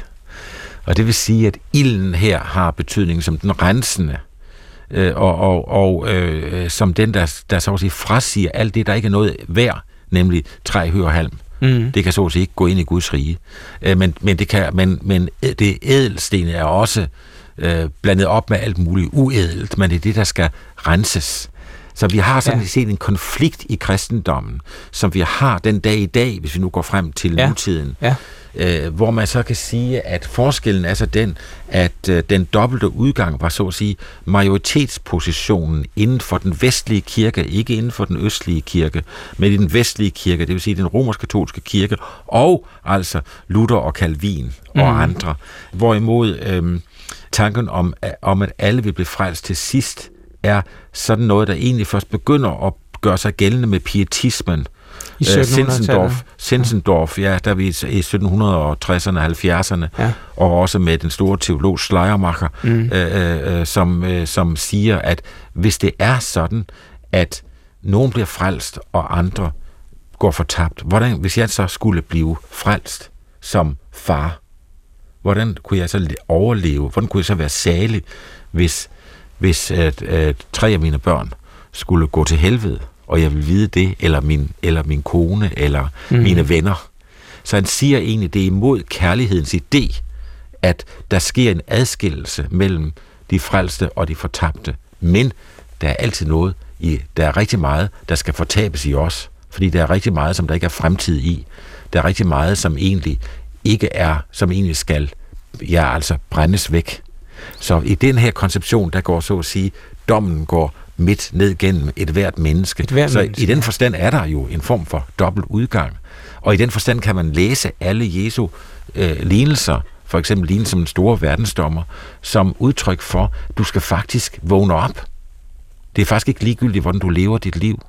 Og det vil sige, at ilden her har betydning som den rensende, øh, og, og, og øh, som den, der, der så at sige frasiger alt det, der ikke er noget værd, nemlig træ, hø og halm. Mm. Det kan så at sige ikke gå ind i Guds rige. Øh, men, men, det kan, men, men det ædelsten er også øh, blandet op med alt muligt uædelt, men det er det, der skal renses. Så vi har sådan ja. set en konflikt i kristendommen, som vi har den dag i dag, hvis vi nu går frem til ja. nutiden, ja. Øh, hvor man så kan sige, at forskellen er så den, at øh, den dobbelte udgang var så at sige majoritetspositionen inden for den vestlige kirke, ikke inden for den østlige kirke, men i den vestlige kirke, det vil sige den romersk-katolske kirke, og altså Luther og Calvin og mm. andre. Hvorimod øh, tanken om, om, at alle vil blive frelst til sidst, er sådan noget, der egentlig først begynder at gøre sig gældende med pietismen. I syttenhundredetallet. Zinzendorf, ja, der er vi i sytten tresserne og halvfjerdserne, ja. og også med den store teolog Schleiermacher, mm. øh, øh, som, øh, som siger, at hvis det er sådan, at nogen bliver frelst, og andre går fortabt, hvordan, hvis jeg så skulle blive frelst som far, hvordan kunne jeg så overleve? Hvordan kunne jeg så være salig, hvis hvis at, at tre af mine børn skulle gå til helvede, og jeg vil vide det, eller min, eller min kone, eller mm. mine venner. Så han siger egentlig, det er imod kærlighedens idé, at der sker en adskillelse mellem de frelste og de fortabte. Men der er altid noget, i, der er rigtig meget, der skal fortabes i os, fordi der er rigtig meget, som der ikke er fremtid i. Der er rigtig meget, som egentlig ikke er, som egentlig skal, ja, altså brændes væk. Så i den her konception, der går så at sige, dommen går midt ned gennem et hvert menneske. Et hvert så menneske. I den forstand er der jo en form for dobbelt udgang. Og i den forstand kan man læse alle Jesu øh, lignelser, for eksempel lignelsen som en store verdensdommer, som udtryk for, at du skal faktisk vågne op. Det er faktisk ikke ligegyldigt, hvordan du lever dit liv.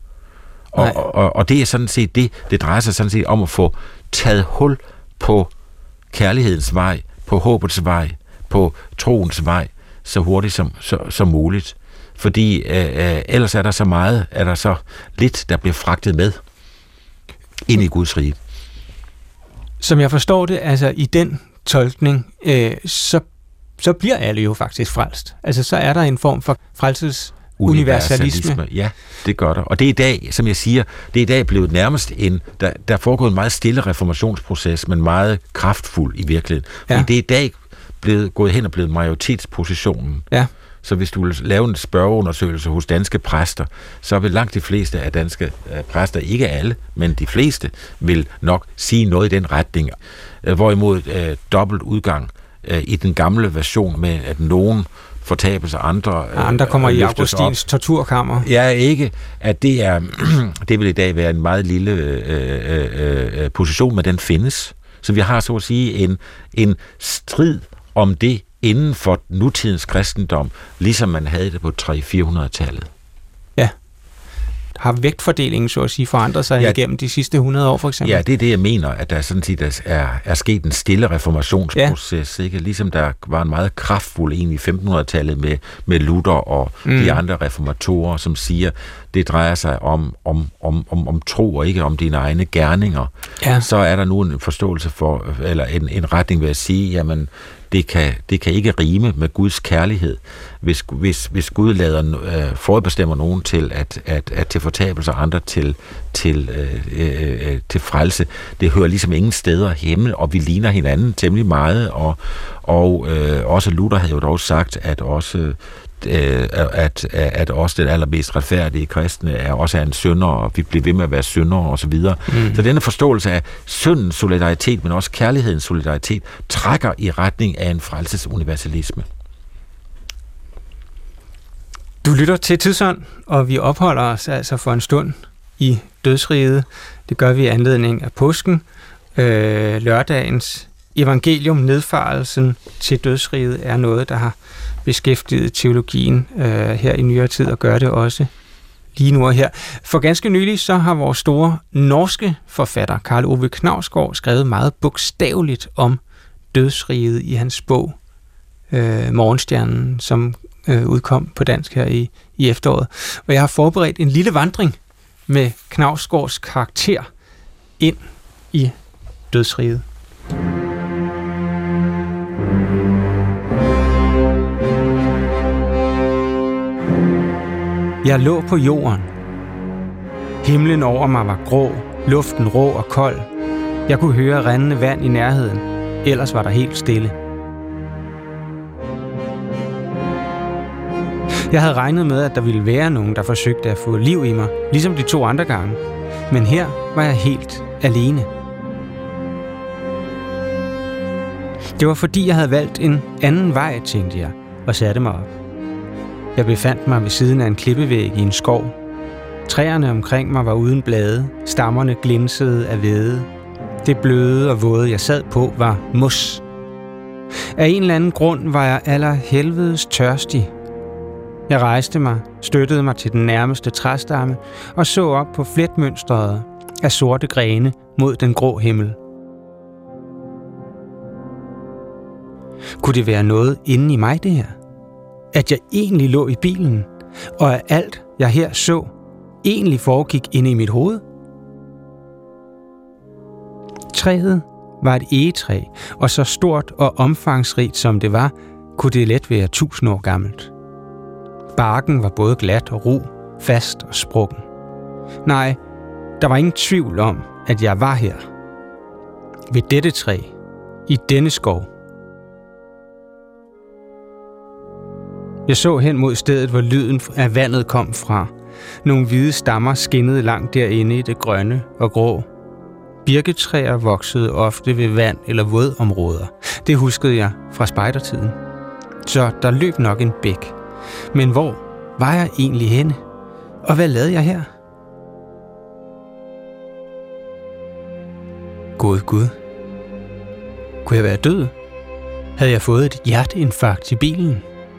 Og, og, og det er sådan set det, det drejer sig sådan set om at få taget hul på kærlighedens vej, på håbets vej, på troens vej, så hurtigt som, så, som muligt. Fordi øh, ellers er der så meget, er der så lidt, der bliver fragtet med ind i Guds rige. Som jeg forstår det, altså i den tolkning, øh, så, så bliver alle jo faktisk frelst. Altså så er der en form for frelses universalisme. Ja, det gør der. Og det er i dag, som jeg siger, det er i dag blevet nærmest en, der, der er foregået en meget stille reformationsproces, men meget kraftfuld i virkeligheden. Ja. Fordi det er i dag blevet, gået hen og blevet majoritetspositionen. Ja. Så hvis du vil lave en spørgeundersøgelse hos danske præster, så vil langt de fleste af danske øh, præster, ikke alle, men de fleste, vil nok sige noget i den retning. Øh, hvorimod øh, dobbelt udgang øh, i den gamle version med, at nogen fortabes og andre... Øh, andre kommer i Augustins torturkammer. Ja, ikke. At det er, det vil i dag være en meget lille øh, øh, øh, position, men den findes. Så vi har så at sige en, en strid om det inden for nutidens kristendom, ligesom man havde det på tre hundrede til fire hundrede-tallet. Ja. Har vægtfordelingen, så at sige, forandret sig ja, igennem de sidste hundrede år, for eksempel? Ja, det er det, jeg mener, at der sådan set er, er sket en stille reformationsproces, ja. Ikke? Ligesom der var en meget kraftfuld en i femten hundrede-tallet med, med Luther og mm. de andre reformatorer, som siger, det drejer sig om, om, om, om, om tro og ikke om dine egne gerninger. Ja. Så er der nu en forståelse for, eller en, en retning ved at sige, jamen, det kan, det kan ikke rime med Guds kærlighed, hvis, hvis, hvis Gud lader, øh, forudbestemmer nogen til at, at, at til fortabelse og andre til, til, øh, øh, til frelse. Det hører ligesom ingen steder hjemme, og vi ligner hinanden temmelig meget, og, og øh, også Luther havde jo dog sagt, at også At, at også den allermest retfærdige kristne er også er en synder, og vi bliver ved med at være syndere og så videre. Mm. Så denne forståelse af syndens solidaritet, men også kærlighedens solidaritet, trækker i retning af en frelsesuniversalisme. Du lytter til Tidsånd, og vi opholder os altså for en stund i dødsriget. Det gør vi i anledning af påsken, øh, lørdagens evangelium, nedfarelsen til dødsriget, er noget, der har beskæftiget teologien øh, her i nyere tid, og gør det også lige nu og her. For ganske nylig så har vores store norske forfatter, Karl Ove Knausgård, skrevet meget bogstaveligt om dødsriget i hans bog øh, Morgenstjernen, som øh, udkom på dansk her i, i efteråret. Og jeg har forberedt en lille vandring med Knausgårds karakter ind i dødsriget. Jeg lå på jorden. Himlen over mig var grå, luften rå og kold. Jeg kunne høre rindende vand i nærheden, ellers var der helt stille. Jeg havde regnet med, at der ville være nogen, der forsøgte at få liv i mig, ligesom de to andre gange. Men her var jeg helt alene. Det var fordi, jeg havde valgt en anden vej, tænkte jeg, og satte mig op. Jeg befandt mig ved siden af en klippevæg i en skov. Træerne omkring mig var uden blade, stammerne glinsede af hvede. Det bløde og våde, jeg sad på, var mos. Af en eller anden grund var jeg allerhelvedes tørstig. Jeg rejste mig, støttede mig til den nærmeste træstamme og så op på fletmønstret af sorte grene mod den grå himmel. Kunne det være noget inde i mig, det her? At jeg egentlig lå i bilen, og at alt, jeg her så, egentlig foregik inde i mit hoved? Træet var et egetræ, og så stort og omfangsrigt som det var, kunne det let være tusind år gammelt. Barken var både glat og ru, fast og sprukken. Nej, der var ingen tvivl om, at jeg var her. Ved dette træ, i denne skov. Jeg så hen mod stedet, hvor lyden af vandet kom fra. Nogle hvide stammer skinnede langt derinde i det grønne og grå. Birketræer voksede ofte ved vand eller vådområder. Det huskede jeg fra spejdertiden. Så der løb nok en bæk. Men hvor var jeg egentlig henne? Og hvad lavede jeg her? God Gud. Kunne jeg være død? Havde jeg fået et hjerteinfarkt i bilen?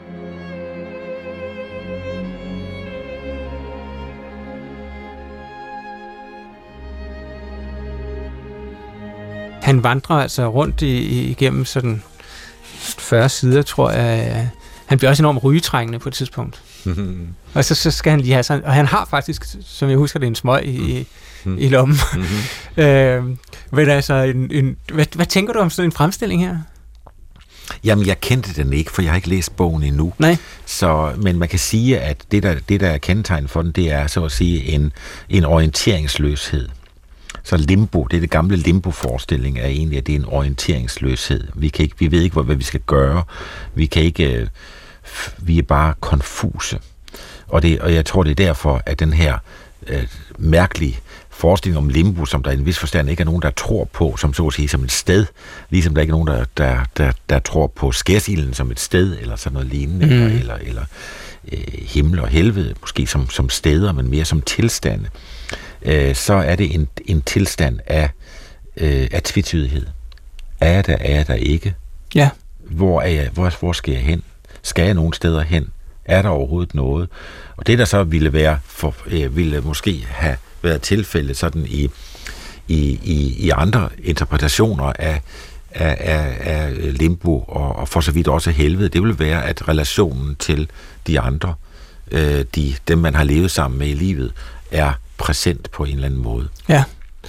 Han vandrer altså rundt i, igennem sådan fyrre sider, tror jeg. Han bliver også enormt rygetrængende på et tidspunkt. Mm-hmm. Og så, så skal han lige have sådan... Og han har faktisk, som jeg husker det, en smøg i, mm-hmm. i lommen. Mm-hmm. øh, men altså, en, en, hvad, hvad tænker du om sådan en fremstilling her? Jamen, jeg kendte den ikke, for jeg har ikke læst bogen endnu. Nej. Så, men man kan sige, at det, der, det, der er kendetegn for den, det er så at sige en, en orienteringsløshed. Så limbo, det er det gamle limbo-forestilling, er egentlig, at det er en orienteringsløshed. Vi, kan ikke, vi ved ikke, hvad vi skal gøre. Vi kan ikke... Vi er bare konfuse. Og, det, og jeg tror, det er derfor, at den her øh, mærkelige forestilling om limbo, som der i en vis forstand ikke er nogen, der tror på, som så at sige som et sted, ligesom der ikke er nogen, der, der, der, der tror på skærsilden som et sted, eller sådan noget lignende, mm. eller, eller, eller øh, himmel og helvede, måske som, som steder, men mere som tilstande, øh, så er det en, en tilstand af, øh, af tvetydighed. Er der, er der ikke? Ja. hvor, er jeg, hvor, hvor skal jeg hen? Skal jeg nogen steder hen? Er der overhovedet noget? Og det, der så ville være, for, øh, ville måske have været tilfældet sådan i, i, i, i andre interpretationer af, af, af, af limbo, og, og for så vidt også helvede, det ville være, at relationen til de andre, øh, de, dem man har levet sammen med i livet, er præsent på en eller anden måde. Ja.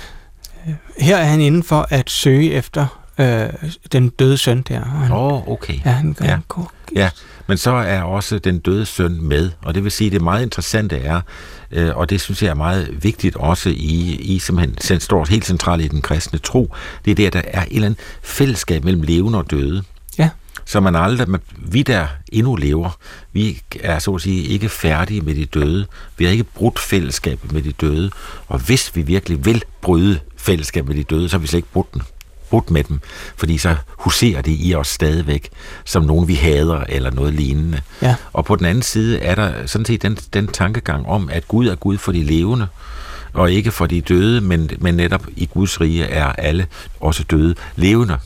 Her er han inde for at søge efter øh, den døde søn der. Åh, oh, okay. Ja, han, ja. Han går. Ja, men så er også den døde søn med, og det vil sige, at det meget interessante er, øh, og det synes jeg er meget vigtigt også i, i simpelthen står helt centralt i den kristne tro, det er det, at der er et eller andet fællesskab mellem levende og døde. Ja. Så man aldrig, vi der endnu lever, vi er så at sige ikke færdige med de døde. Vi har ikke brudt fællesskabet med de døde, og hvis vi virkelig vil bryde fællesskabet med de døde, så har vi slet ikke brudt den. brudt med dem, fordi så huserer det i os stadigvæk, som nogen vi hader, eller noget lignende. Ja. Og på den anden side er der sådan set den, den tankegang om, at Gud er Gud for de levende, og ikke for de døde, men, men netop i Guds rige er alle også døde levende.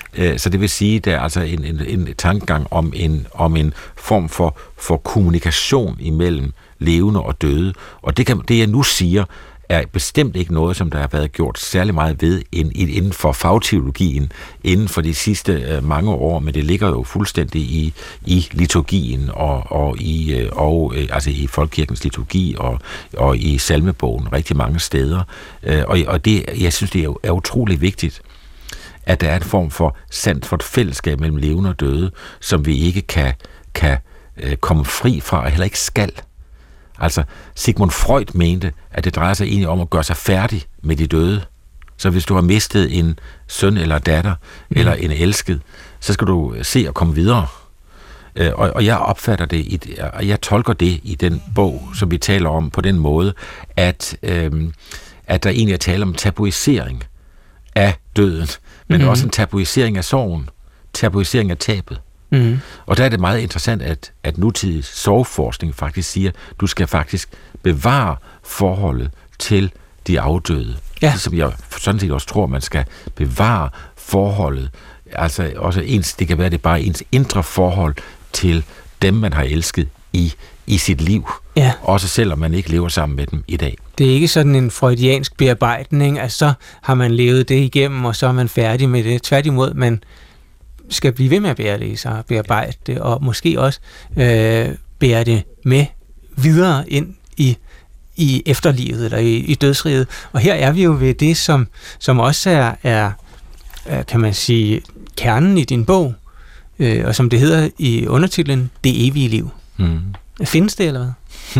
Så det vil sige, at der er altså en, en, en tankegang om en, om en form for, for kommunikation imellem levende og døde. Og det, kan, det jeg nu siger, er bestemt ikke noget, som der har været gjort særlig meget ved inden for fagteologien inden for de sidste mange år, men det ligger jo fuldstændig i, i liturgien og, og, i, og altså i folkekirkens liturgi og, og i salmebogen rigtig mange steder. Og, og det, jeg synes, det er, er utrolig vigtigt, at der er en form for sandt for et fællesskab mellem levende og døde, som vi ikke kan, kan komme fri fra, og heller ikke skal. Altså, Sigmund Freud mente, at det drejer sig egentlig om at gøre sig færdig med de døde. Så hvis du har mistet en søn eller datter, mm. eller en elsket, så skal du se at komme videre. Og, og jeg opfatter det, i, og jeg tolker det i den bog, som vi taler om, på den måde, at, øhm, at der egentlig er tale om tabuisering af døden, men mm. også en tabuisering af sorgen, tabuisering af tabet. Mm. Og der er det meget interessant, at, at nutidig sorgforskning faktisk siger, at du skal faktisk bevare forholdet til de afdøde. Ja. Ligesom jeg sådan set også tror, man skal bevare forholdet. Altså også ens, det kan være, det er bare ens indre forhold til dem, man har elsket i, i sit liv. Ja. Også selvom man ikke lever sammen med dem i dag. Det er ikke sådan en freudiansk bearbejdning, at så har man levet det igennem, og så er man færdig med det. Tværtimod, man skal blive ved med at bære det i sig, bearbejde det, og måske også øh, bære det med videre ind i, i efterlivet, eller i, i dødsriget. Og her er vi jo ved det, som, som også er, er, kan man sige, kernen i din bog, øh, og som det hedder i undertitlen, Det evige liv. Mm. Findes det, eller hvad?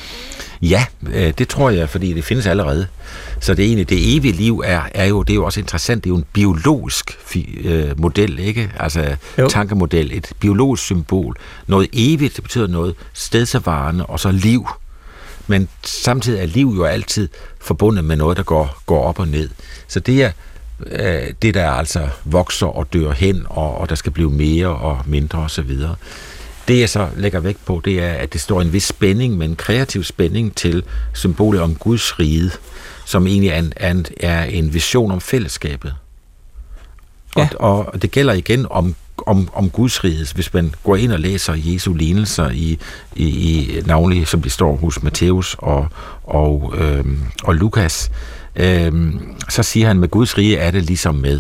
Ja, det tror jeg, fordi det findes allerede. Så det egentlig, det evige liv er, er jo, det er jo også interessant, det er jo en biologisk øh, model, ikke? Altså jo. Tankemodel, et biologisk symbol. Noget evigt, det betyder noget stedsvarende, og så liv. Men samtidig er liv jo altid forbundet med noget, der går, går op og ned. Så det er øh, det, der altså vokser og dør hen, og, og der skal blive mere og mindre osv. Det, jeg så lægger vægt på, det er, at det står en vis spænding, men en kreativ spænding til symbolet om Guds rige, som egentlig er en, er en, er en vision om fællesskabet. Ja. Og, og det gælder igen om, om, om Guds rige, hvis man går ind og læser Jesu lignelser i, i, i navnlig, som det står hos Matthæus og, og, øhm, og Lukas, øhm, så siger han, med Guds rige er det ligesom med.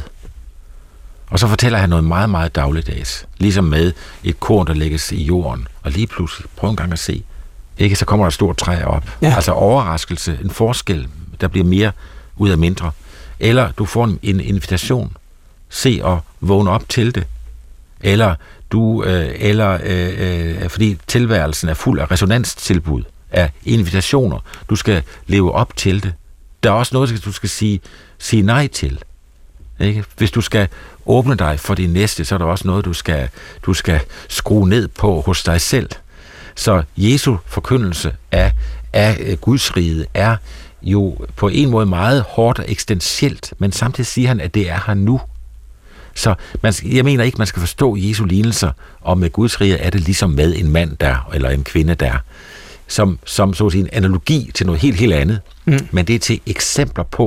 Og så fortæller han noget meget, meget dagligdags. Ligesom med et korn, der lægges i jorden. Og lige pludselig, prøv en gang at se. Ikke? Så kommer der et stort træ op. Ja. Altså overraskelse, en forskel, der bliver mere ud af mindre. Eller du får en, en invitation. Se og vågne op til det. Eller du, øh, eller øh, øh, fordi tilværelsen er fuld af resonanstilbud, af invitationer. Du skal leve op til det. Der er også noget, du skal sige, sige nej til. Ikke? Hvis du skal åbne dig for det næste, så er der også noget, du skal, du skal skrue ned på hos dig selv. Så Jesu forkyndelse af, af Guds rige er jo på en måde meget hårdt og eksistentielt, men samtidig siger han, at det er her nu. Så man, jeg mener ikke, man skal forstå Jesu lignelser, og med Guds rige er det ligesom med en mand der, eller en kvinde der, som, som så at sige en analogi til noget helt, helt andet. Mm. Men det er til eksempler på,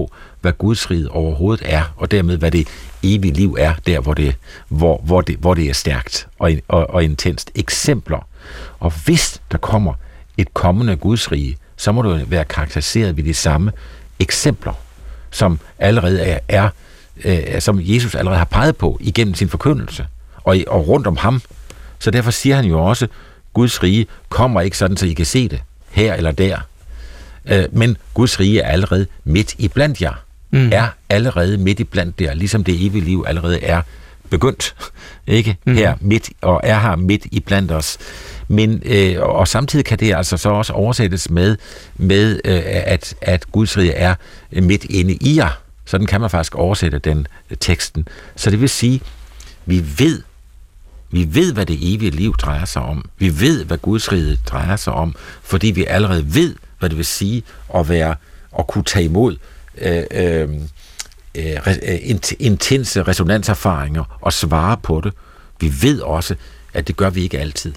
hvad Guds rige overhovedet er, og dermed hvad det evige liv er, der hvor det, hvor, hvor det, hvor det er stærkt og, og, og intenst. Eksempler. Og hvis der kommer et kommende Guds rige, så må det være karakteriseret ved de samme eksempler, som allerede er, er øh, som Jesus allerede har peget på igennem sin forkyndelse, og, og rundt om ham. Så derfor siger han jo også, Guds rige kommer ikke sådan, så I kan se det her eller der. Øh, men Guds rige er allerede midt i blandt jer. Mm. Er allerede midt i blandt der, ligesom det evige liv allerede er begyndt. Ikke? Mm. Her midt, og er her midt i blandt os. Men, øh, og samtidig kan det altså så også oversættes med, med øh, at, at Guds rige er midt inde i jer. Sådan kan man faktisk oversætte den teksten. Så det vil sige, vi ved, vi ved, hvad det evige liv drejer sig om. Vi ved, hvad Guds rige drejer sig om, fordi vi allerede ved, hvad det vil sige at være og kunne tage imod øh, øh, øh, intense resonanserfaringer og svare på det. Vi ved også, at det gør vi ikke altid.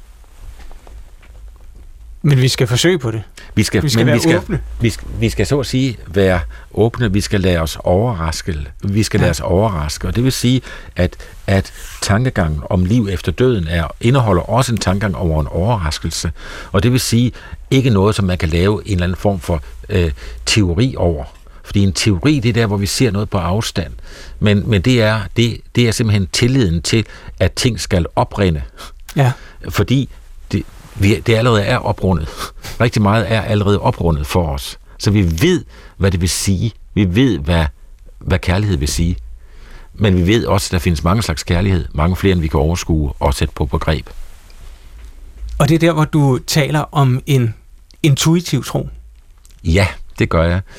Men vi skal forsøge på det. Vi skal, vi skal men være vi skal, åbne. Vi skal, vi skal så at sige være åbne. Vi skal lade os overraske. Vi skal ja. lade os overraske. Og det vil sige, at, at tankegangen om liv efter døden er, indeholder også en tankegang over en overraskelse. Og det vil sige, ikke noget, som man kan lave en eller anden form for øh, teori over. Fordi en teori, det er der, hvor vi ser noget på afstand. Men, men det, er, det, det er simpelthen tilliden til, at ting skal oprinde. Ja. Fordi det, vi, det allerede er oprundet. Rigtig meget er allerede oprundet for os. Så vi ved, hvad det vil sige. Vi ved, hvad, hvad kærlighed vil sige. Men vi ved også, at der findes mange slags kærlighed. Mange flere, end vi kan overskue og sætte på begreb. Og det er der, hvor du taler om en intuitiv tro. Ja, det gør jeg.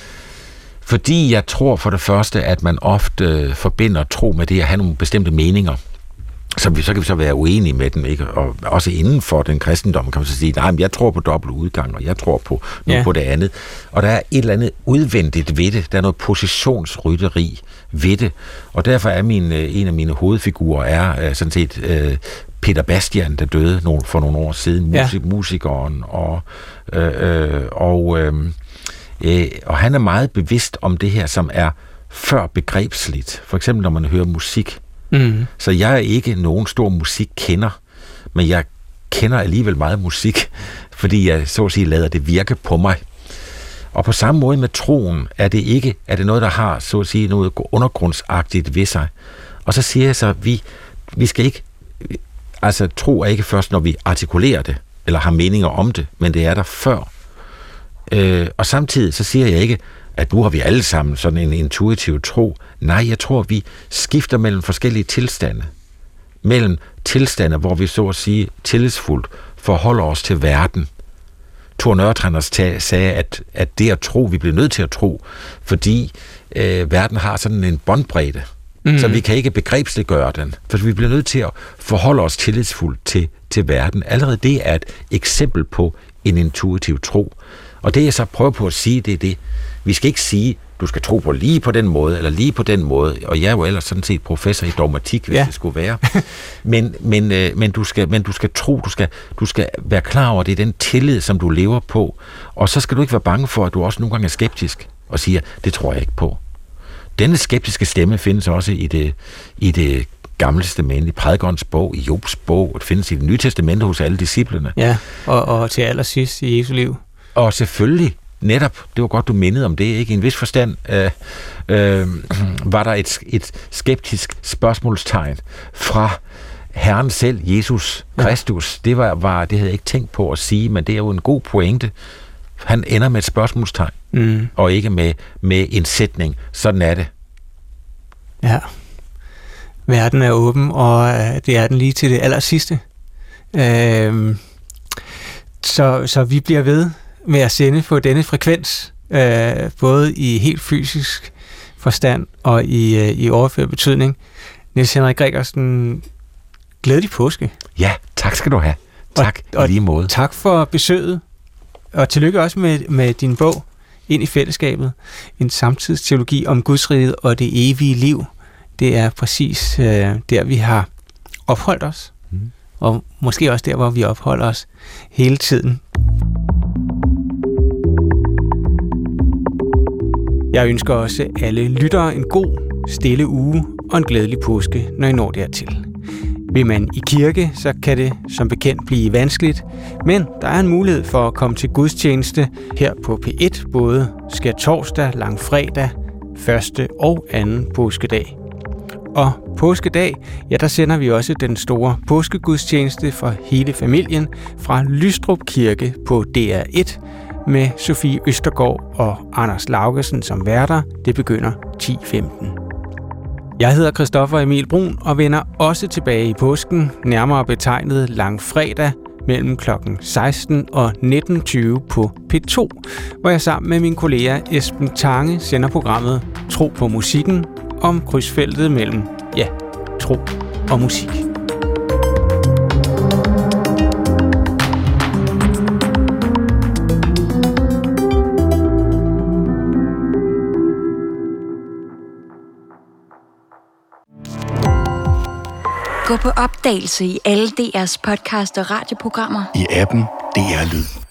Fordi jeg tror for det første, at man ofte forbinder tro med det at have nogle bestemte meninger. Så, vi, så kan vi så være uenige med dem, ikke? Og også inden for den kristendom kan man så sige, nej, men jeg tror på dobbelt udgang, og jeg tror på noget ja. på det andet. Og der er et eller andet udvendigt ved det. Der er noget positionsrytteri ved det. Og derfor er min, en af mine hovedfigurer er sådan set øh, Peter Bastian, der døde for nogle år siden, musik, ja. musikeren. Og, øh, øh, og, øh, øh, og han er meget bevidst om det her, som er før begrebsligt. For eksempel, når man hører musik. Mm. Så jeg er ikke nogen stor musikkender, men jeg kender alligevel meget musik, fordi jeg så at sige lader det virke på mig. Og på samme måde med troen er det ikke, er det noget, der har så at sige noget undergrundsagtigt ved sig. Og så siger jeg så, at vi, vi skal ikke, altså tro er ikke først, når vi artikulerer det, eller har meninger om det, men det er der før. Øh, og samtidig så siger jeg ikke, at nu har vi alle sammen sådan en intuitiv tro. Nej, jeg tror, vi skifter mellem forskellige tilstande. Mellem tilstande, hvor vi så at sige tillidsfuldt forholder os til verden. Thor Nørretranders sagde, at, at det at tro, vi bliver nødt til at tro, fordi øh, verden har sådan en båndbredde, mm. så vi kan ikke begrebsliggøre den. For vi bliver nødt til at forholde os tillidsfuldt til, til verden. Allerede det er et eksempel på en intuitiv tro. Og det jeg så prøver på at sige, det er det. Vi skal ikke sige, du skal tro på lige på den måde, eller lige på den måde, og jeg er jo ellers sådan set professor i dogmatik, hvis ja. det skulle være. Men, men, øh, men, du skal, men du skal tro, du skal, du skal være klar over, det er den tillid, som du lever på, og så skal du ikke være bange for, at du også nogle gange er skeptisk, og siger, det tror jeg ikke på. Denne skeptiske stemme findes også i det, i det Gamle Testamente, i Prædikerens bog, i Jobs bog, det findes i det Nye Testamente hos alle disciplene. Ja, og, og til allersidst i Jesu liv. Og selvfølgelig, netop, det var godt, du mindede om det, ikke? I en vis forstand øh, øh, var der et, et skeptisk spørgsmålstegn fra Herren selv, Jesus Kristus. Det, var, var, det havde jeg ikke tænkt på at sige, men det er jo en god pointe. Han ender med et spørgsmålstegn, mm. og ikke med, med en sætning. Sådan er det. Ja. Verden er åben, og det er den lige til det aller sidste. Øh, så, så vi bliver ved med at sende på denne frekvens, øh, både i helt fysisk forstand og i, øh, i overført betydning. Niels Henrik Gregersen, glædelig påske. Ja, tak skal du have. Tak og, i lige måde. Og tak for besøget, og tillykke også med, med din bog, Ind i fællesskabet, en samtidsteologi om Gudsriget og det evige liv. Det er præcis øh, der, vi har opholdt os, mm. og måske også der, hvor vi opholder os hele tiden. Jeg ønsker også alle lyttere en god, stille uge og en glædelig påske, når I når dertil. Vil man i kirke, så kan det som bekendt blive vanskeligt, men der er en mulighed for at komme til gudstjeneste her på P et, både skærtorsdag, langfredag, første og anden påskedag. Og påskedag, ja, der sender vi også den store påskegudstjeneste for hele familien fra Lystrup Kirke på D R et med Sofie Østergaard og Anders Laugesen som værter. Det begynder ti femten. Jeg hedder Christoffer Emil Brun og vender også tilbage i påsken, nærmere betegnet langfredag mellem klokken seksten og nitten tyve på P to, hvor jeg sammen med min kollega Esben Tange sender programmet Tro på musikken om krydsfeltet mellem, ja, tro og musik. Gå på opdagelse i alle D R's podcast og radioprogrammer. I appen D R Lyd.